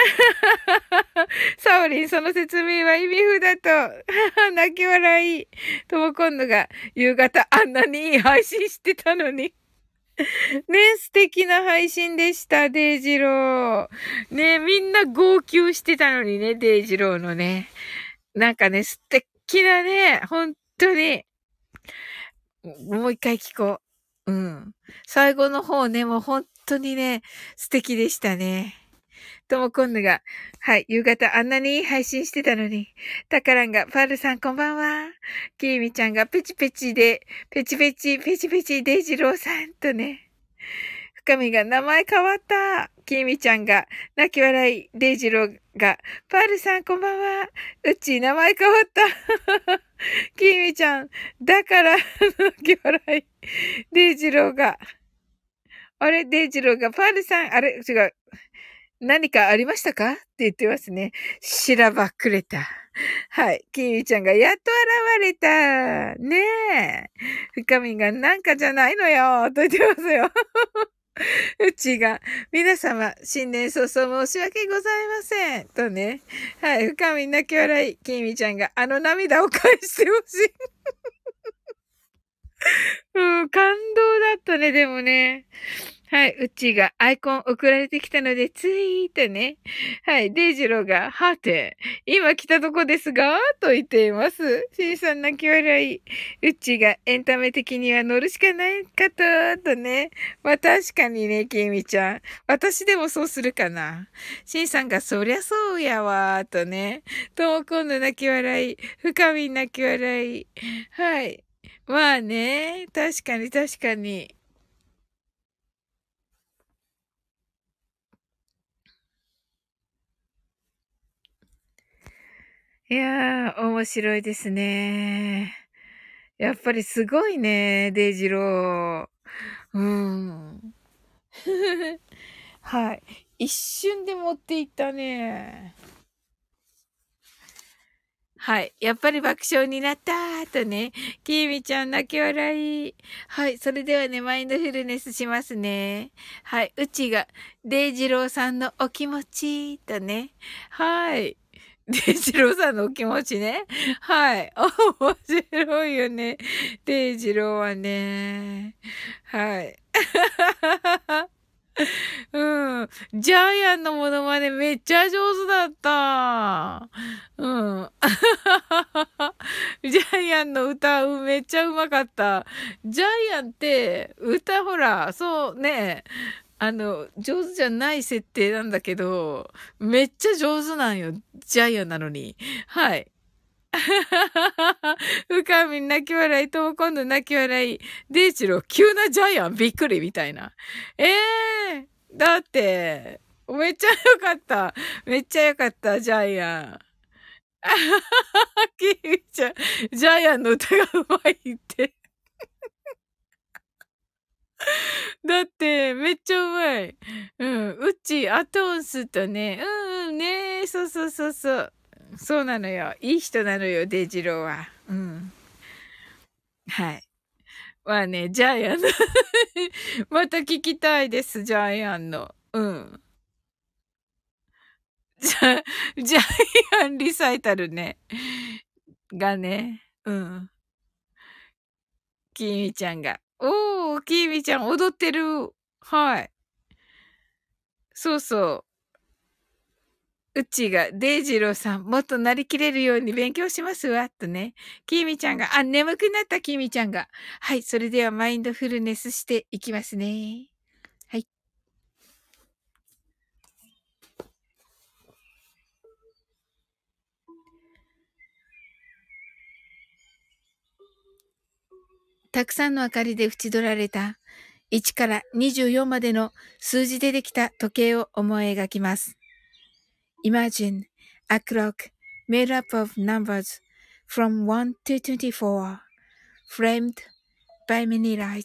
サオリン、その説明は意味不だと。泣き笑い。とも今度が夕方あんなにいい配信してたのに。ね、素敵な配信でした、デイジロー。ね、みんな号泣してたのにね、デイジローのね。なんかね、 敵だね。本当に。もう一回聞こう。うん。最後の方ね、もう本当にね、素敵でしたね。とも今度が、はい、夕方あんなにいい配信してたのに、タカランが、パールさんこんばんは。キーミちゃんがペチペチで、ペチペチ、ペチペチ、デイジローさんとね。深みが名前変わった。きみちゃんが泣き笑い。デイジローがパールさんこんばんは。うち名前変わった。きみちゃんだから泣き笑い。デイジローがあれデイジローがパールさんあれ違う。何かありましたかって言ってますね。しらばっくれた。はい。キミちゃんがやっと現れた。ねえ。深みがなんかじゃないのよ。と言ってますよ。うちが、皆様、新年早々申し訳ございません。とね。はい。深み泣き笑い。きみちゃんが、あの涙を返してほしい。うん、感動だったね、でもね。はい。うちがアイコン送られてきたので、ツイートね。はい。デイジローが、はて、今来たとこですが、と言っています。シンさん泣き笑い。うちがエンタメ的には乗るしかないかと、とね。まあ確かにね、きみちゃん。私でもそうするかな。シンさんが、そりゃそうやわ、とね。とも今度泣き笑い。深み泣き笑い。はい。まあね。確かに確かに。いやー、面白いですね。やっぱりすごいね、デイジロー。うん。はい。一瞬で持っていったね。はい。やっぱり爆笑になったーとね。きーみちゃん泣き笑い。はい。それではね、マインドフルネスしますね。はい。うちが、デイジローさんのお気持ちとね。はい。デイジローさんのお気持ちね。はい。面白いよね。デイジローはね。はい。うん。ジャイアンのモノマネめっちゃ上手だった。うん。ジャイアンの歌めっちゃうまかった。ジャイアンって歌ほら、そうね、上手じゃない設定なんだけど、めっちゃ上手なんよ。ジャイアンなのに。はい。深み泣き笑い、とも今度泣き笑い、デイチロー急なジャイアンびっくりみたいな。ええー、だって、めっちゃ良かった。めっちゃ良かった、ジャイアン。キミちゃん、ジャイアンの歌がうまいって。だって、めっちゃうまい。うん。うち、アトンスとね、うん、ね、そうそうそうそう。そうなのよ。いい人なのよ、デイジローは。うん。はい。まあね、ジャイアンのまた聞きたいです、ジャイアンの。うん。ジャイアンリサイタルね。がね。うん。キミちゃんが。おー、キミちゃん踊ってる。はい。そうそう。うちが、デイジローさん、もっとなりきれるように勉強しますわ、とね。キミちゃんが、あ、眠くなったキミちゃんが。はい、それではマインドフルネスしていきますね。はい。たくさんの明かりで縁取られた1から24までの数字でできた時計を思い描きます。Imagine a clock made up of numbers from 1 to 24, framed by many lights.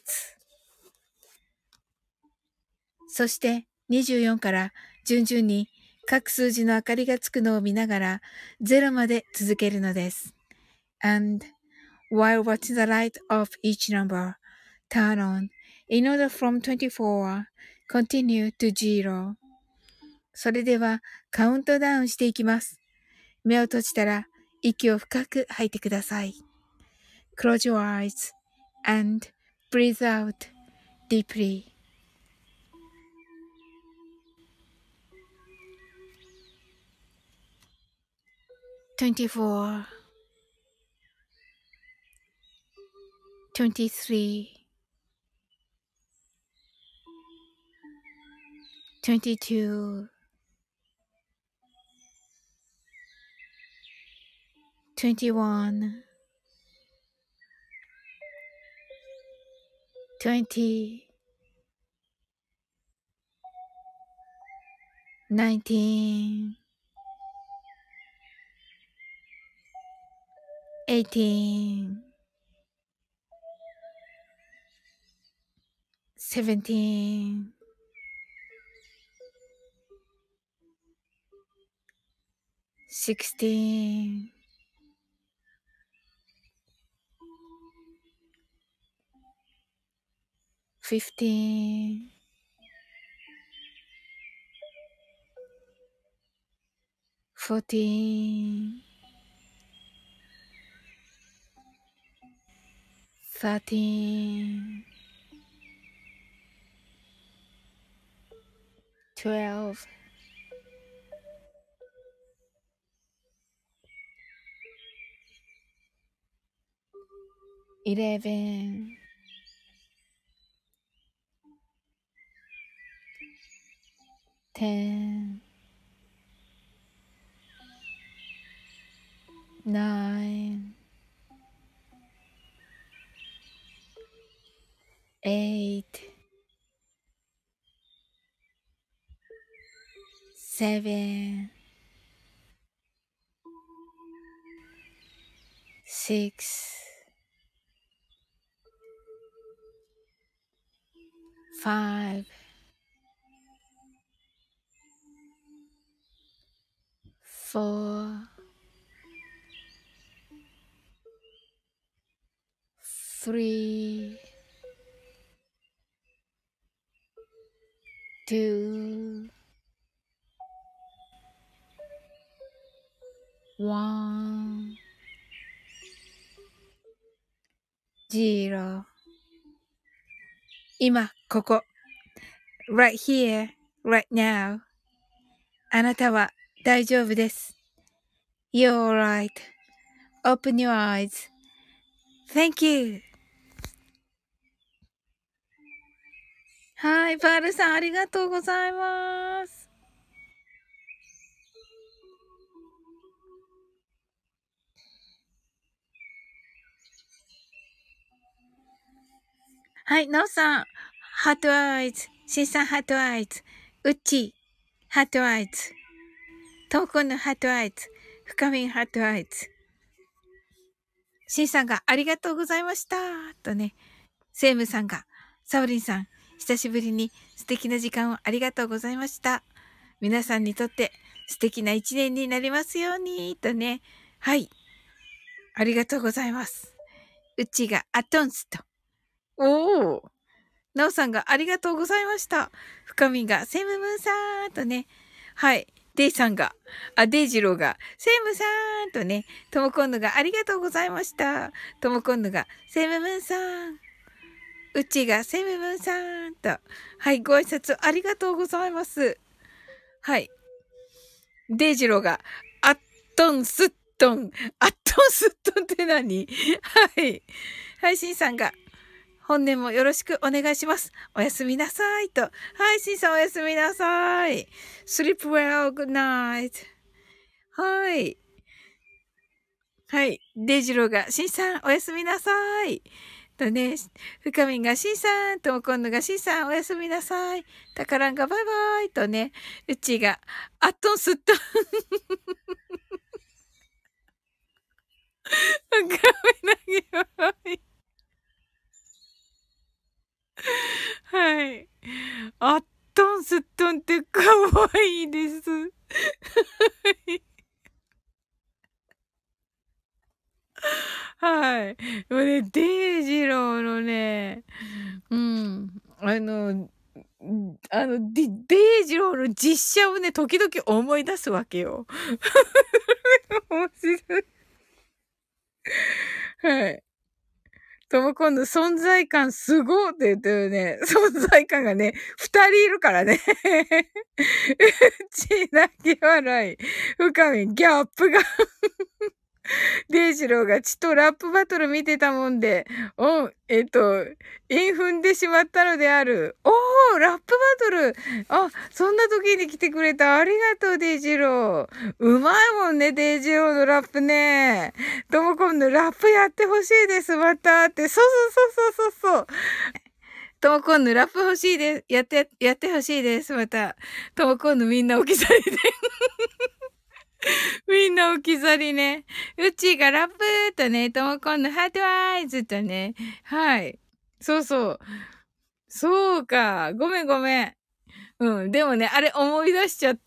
そして24から順々に各数字の明かりがつくのを見ながら0まで続けるのです。And while watching the light of each number turn on in order from 24, continue to 0. それではカウントダウンしていきます。目を閉じたら息を深く吐いてください。Close your eyes and breathe out deeply. 24 23, 22, 21, 20, 19, 18, 17, 16, 15, 14, 13, 12, 11, 10, 9, 8, 7, 6, 5, 4, 3, 2, 1, 0今、ここ。right here, right now. あなたは大丈夫です。You're alright.Open your eyes.Thank you. はい、パールさんありがとうございます。はい、ナオさん、ハートアイズ。シンさんハートアイズ。ウッチ、ハートアイズ。トーコンのハートアイズ。深みんハートアイズ。シンさんがありがとうございました。とね、セイムさんが、サオリンさん、久しぶりに素敵な時間をありがとうございました。皆さんにとって素敵な一年になりますように、とね。はい。ありがとうございます。うちがアトンスと。おー。なおさんがありがとうございました。深みがセムムーンさーんとね。はい。デイさんが、デイジローが、セムさーんとね。ともこんぬがありがとうございました。ともこんぬが、セムムーンさーん。うちがセムムーンさーんと。はい。ご挨拶ありがとうございます。はい。デイジローが、アットンスットン。アットンスットンって何？はい。はい、シンさんが、本年もよろしくお願いします。おやすみなさいと。はい、シンさんおやすみなさい。sleep well, good night. はい。はい。デイジローが、シンさんおやすみなさい。とね、深みんがシンさんとも今度がシンさんおやすみなさい。タカランがバイバイとね、うちが、アットンスットン。深みなげばい。はい。アットンスットンってかわいいです。はい。もうね、デイジローのね、うん。デイジローの実写をね、時々思い出すわけよ。面白い。はい。とも今度存在感すごって言ってるね。存在感がね、二人いるからね。うちだけ笑い。深み、ギャップが。 デイジローが血とラップバトル見てたもんで、韻踏んでしまったのである。おー、ラップバトル。あ、そんな時に来てくれた。ありがとう、デイジロー。うまいもんね、デイジローのラップね。ともこんのラップやってほしいです、またって。そうそうそうそうそうそう。ともこんのラップ欲しいです。やってほしいです、また。ともこんのみんな置き去りで。みんな置き去りね。うちがラップとね、ともこんのハートアイズとね。はい。そうそう。そうか。ごめんごめん。うん。でもね、あれ思い出しちゃって、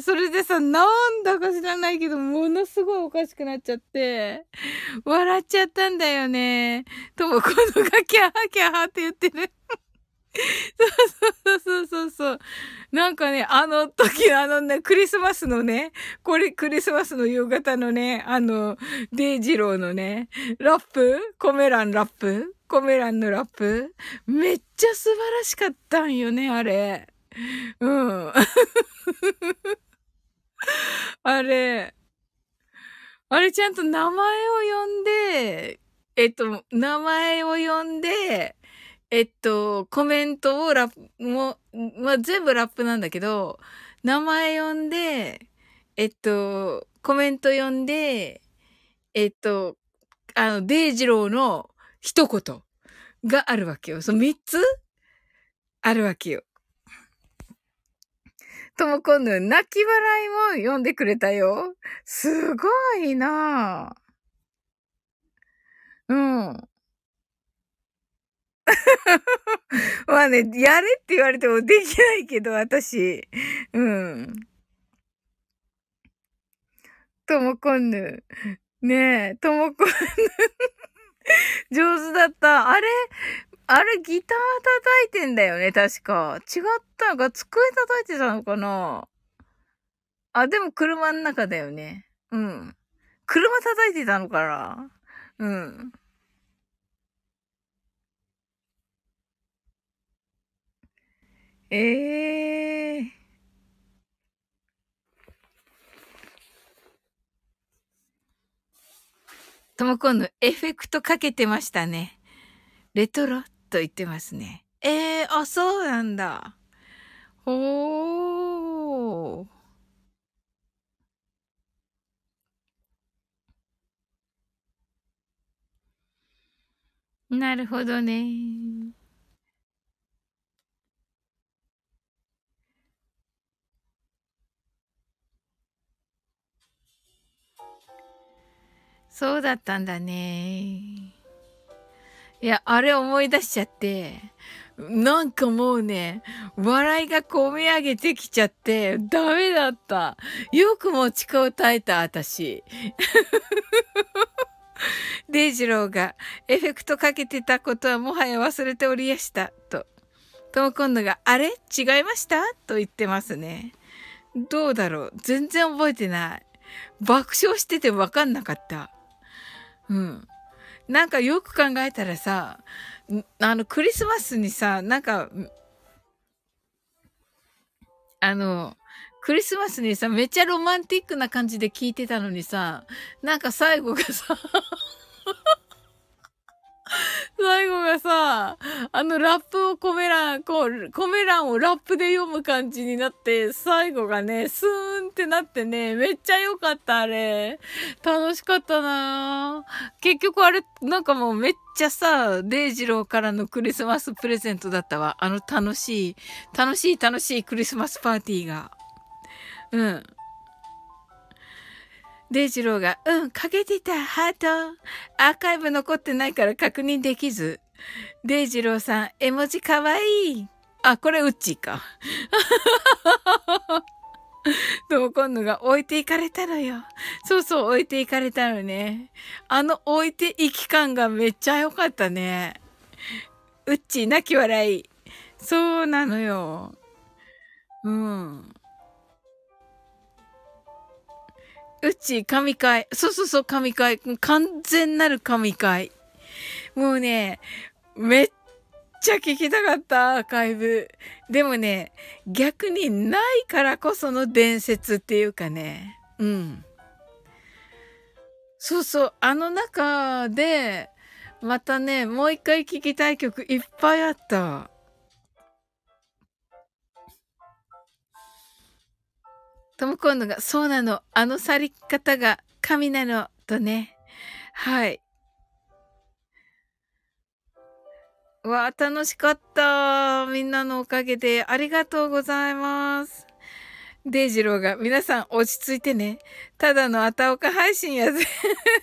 それでさ、なんだか知らないけど、ものすごいおかしくなっちゃって、笑っちゃったんだよね。ともこのがキャーキャーって言ってる。そう。なんかね、あの時、クリスマスのね、クリスマスの夕方のね、デイジローのね、ラップコメランのラップめっちゃ素晴らしかったんよね、あれ。うん。あれ、あれちゃんと名前を呼んで、名前を呼んで、コメントをまあ、全部ラップなんだけど、名前呼んで、コメント呼んで、えっと、デイジローの一言があるわけよ。その三つあるわけよ。ともこんぬ、泣き笑いも読んでくれたよ。すごいなぁ。うん。まあね、やれって言われてもできないけど、私。うん。ともこんぬ。ねえ、ともこんぬ。上手だった。あれギター叩いてんだよね、確か。違ったのか、机叩いてたのかな。あ、でも車の中だよね。うん。車叩いてたのかな。うん。ええー。ともこんのエフェクトかけてましたね。レトロと言ってますね。あ、そうなんだ。ほー。なるほどね。そうだったんだね。いや、あれ思い出しちゃって、なんかもうね、笑いがこみ上げてきちゃって、ダメだった。よく持ちこたえた、私。デイジローがエフェクトかけてたことはもはや忘れておりやした、と。とも今度が、あれ違いましたと言ってますね。どうだろう全然覚えてない。爆笑しててわかんなかった。うん。なんかよく考えたらさ、クリスマスにさ、あの、クリスマスにさ、めっちゃロマンティックな感じで聞いてたのにさ、なんか最後がさ、最後がさ、ラップをコメ欄をラップで読む感じになって、最後がね、スーンってなってね、めっちゃ良かった、あれ。楽しかったなぁ。結局あれ、なんかもうめっちゃさ、デイジローからのクリスマスプレゼントだったわ。楽しいクリスマスパーティーが。うん。デイジローが、かけてた、ハート。アーカイブ残ってないから確認できず。デイジローさん、絵文字かわいい。あ、これウッチーか。とも今度が置いていかれたのよ。そうそう、置いていかれたのね。置いていき感がめっちゃ良かったね。ウッチー泣き笑い。そうなのよ。うん。ウッチー神回。そう、神回。完全なる神回。もうね、めっちゃ聞きたかった、アーカイブ。でもね、逆にないからこその伝説っていうかね。うん。 そうそう、あの中で、またね、もう一回聴きたい曲いっぱいあった。とも今度が、そうなの、あの去り方が神なの、とね。はい。わあ、楽しかった。みんなのおかげで、ありがとうございます。デイジローが、皆さん落ち着いてね。ただのあたおか配信やぜ。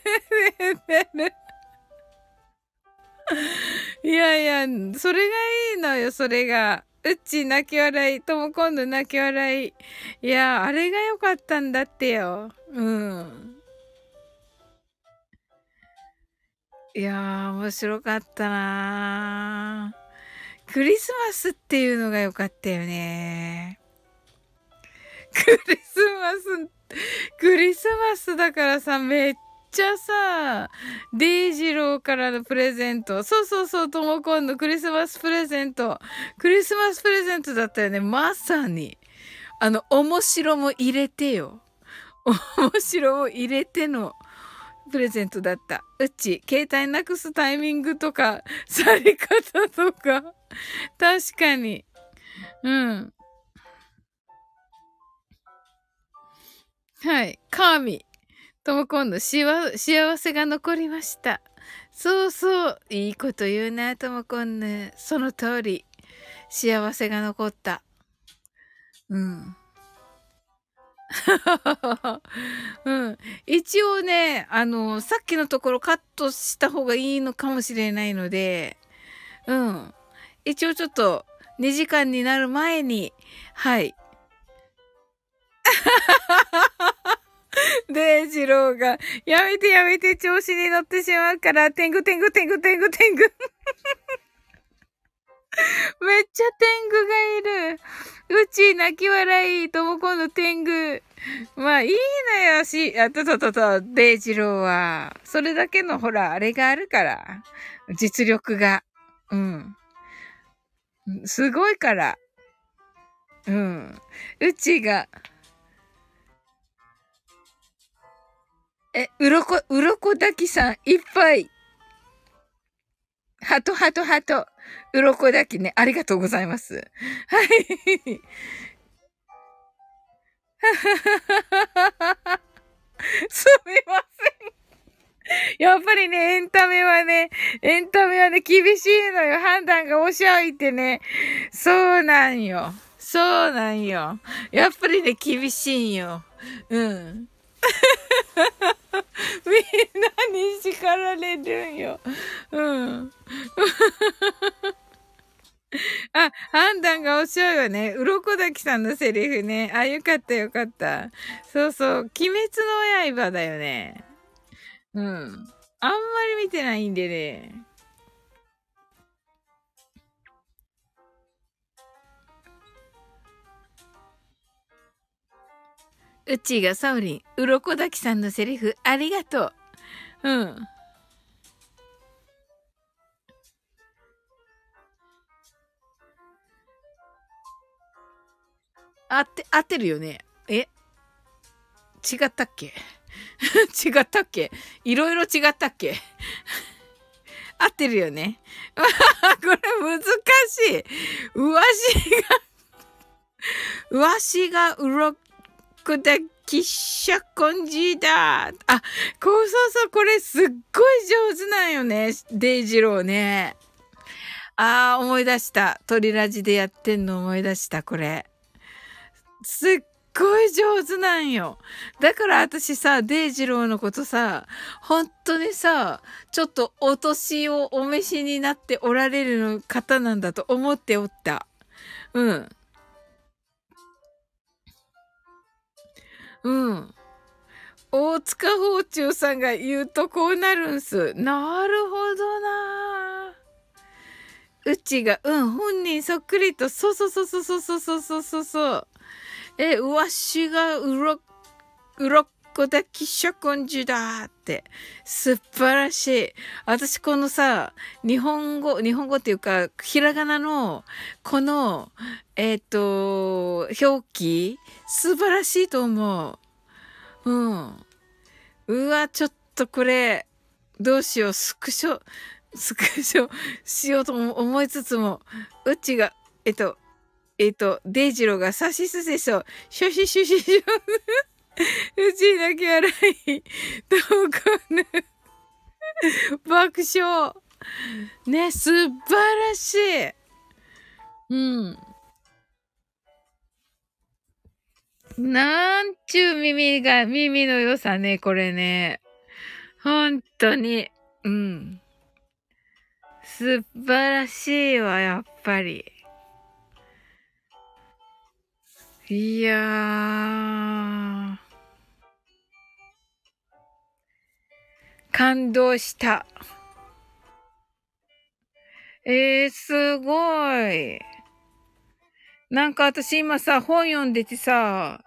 いやいや、それがいいのよ、それが。うっち泣き笑い、とも今度泣き笑い。いや、あれが良かったんだってよ。うん。いやー、面白かったなー。クリスマスっていうのが良かったよね。クリスマス、クリスマスだからさ、めっちゃさ、デイジローからのプレゼント。そうそうそう、ともこんのクリスマスプレゼント。クリスマスプレゼントだったよね。まさに。面白も入れてよ。面白も入れてのプレゼントだった。うち、携帯なくすタイミングとか、去り方とか。確かに。うん。はい。カーミ。とも今度、幸せが残りました。そうそう。いいこと言うな、ともこんぬ。その通り。幸せが残った。うん。うん。一応ね、さっきのところカットした方がいいのかもしれないので、うん。一応ちょっと2時間になる前に、はい。で、ジローが、やめてやめて調子に乗ってしまうから、天狗天狗天狗天狗天狗。めっちゃ天狗がいる。うち泣き笑い、ともこの天狗。まあいいのよ、デイジローは。それだけのほら、あれがあるから。実力が。うん。すごいから。うん。うちが、うろこだきさん、いっぱい。ハトハトハト。うろこだきね。ありがとうございます。はい。すみません。やっぱりね、エンタメはね、厳しいのよ。判断がおしゃいてね。そうなんよ。そうなんよ。やっぱりね、厳しいんよ。うん。みんなに叱られるんよ。うん。あ、判断がおしゃいわね。鱗滝さんのセリフね。あ、よかったよかった。そうそう。鬼滅の刃だよね。うん。あんまり見てないんでね。うっちーがサオリン、鱗滝さんのセリフ、ありがとう。うん。合ってるよね。え、違ったっけ違ったっけいろいろ違ったっけ合ってるよね。これ難しい。うわしが、うわしが鱗で喫茶コンジーだ。あ、そうそう、これすっごい上手なんよね。デイジローね。ああ、思い出した。トリラジでやってんの思い出した、これ。すっごい上手なんよ。だから私さ、デイジローのことさ、本当にさ、ちょっとお年をお召しになっておられる方なんだと思っておった。うん。うん。大塚包中さんが言うとこうなるんす。なるほどな。うちが、うん、本人そっくりと、そうそうそうそうそうそうそうそうそう。わしがうろっこだきしゃこんじだって。素晴らしい。私このさ、日本語っていうか、ひらがなの、この、表記、素晴らしいと思う。うん。うわ、ちょっとこれ、どうしよう、スクショしようと思いつつも、うちが、デイジローがサシスでしょ。シュシュシュシュシュ。うちだけ笑い。どうかね。爆笑。ね、素晴らしい。うん。なんちゅう耳の良さね、これね。本当に。うん。素晴らしいわ、やっぱり。いやー。感動した。すごい。なんか私今さ、本読んでてさ、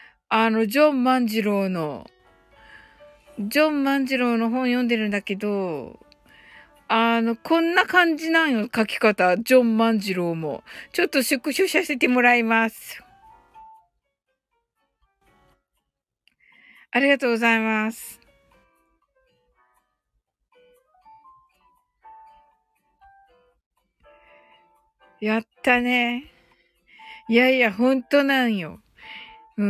ジョン万次郎の本読んでるんだけど、こんな感じなんよ、書き方。ジョン万次郎も。ちょっと縮小させてもらいます。ありがとうございます。やったね。いやいや、ほんとなんよ。うん。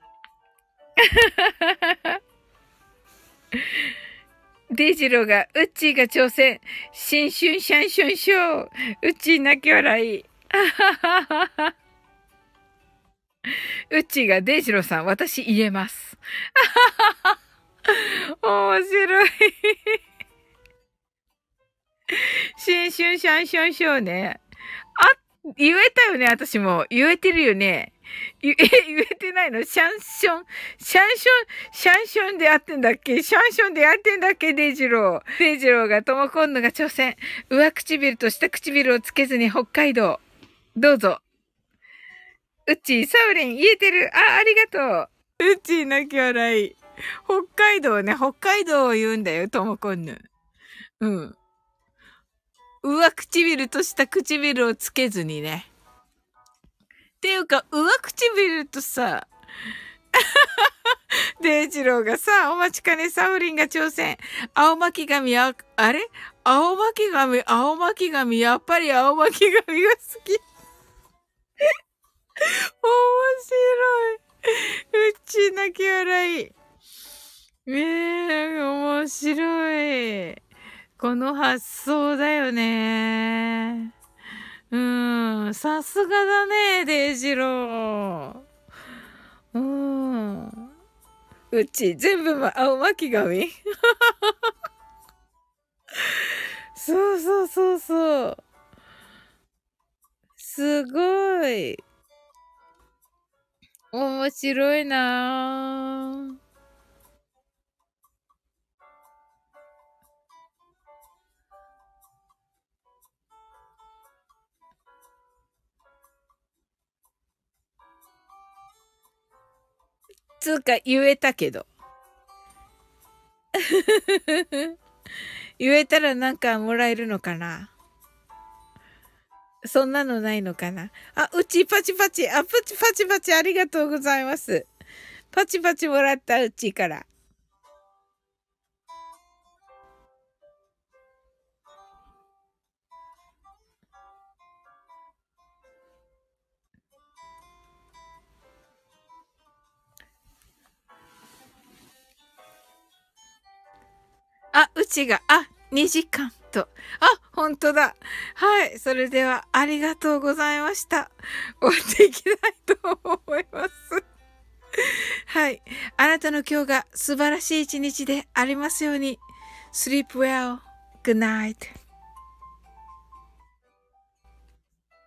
デイジローが、ウッチーが挑戦。新春シャンシュンショー。ウッチー泣き笑い。ウッチーがデイジローさん、私言えます。面白い。新春シャンシュンショーね。言えたよね、私も。言えてるよね。言えてないのシャンションでやってんだっけシャンションでやってんだっけデイジロー。デイジローがトモコンヌが挑戦。上唇と下唇をつけずに北海道。どうぞ。うっちー、サウリン言えてる。ありがとう。うっちー泣き笑い。北海道ね、北海道を言うんだよ、トモコンヌ。うん。上唇と下唇をつけずにね。っていうか、上唇とさ、デイジローがさ、お待ちかねサウリンが挑戦。青巻紙あれ青巻紙、やっぱり青巻紙が好き。面白い。うっち泣き笑い。面白い。この発想だよね。さすがだね、デイジロー。うち、全部青巻紙そうそうそうそう。すごい。面白いなぁ。つうか、言えたけど。言えたらなんかもらえるのかなそんなのないのかなうちパチパチ。パチパチありがとうございます。パチパチもらったうちから。うちが、2時間と。ほんとだ。はい。それでは、ありがとうございました。終わっていきたいと思います。はい。あなたの今日が素晴らしい一日でありますように。Sleep well. Good night.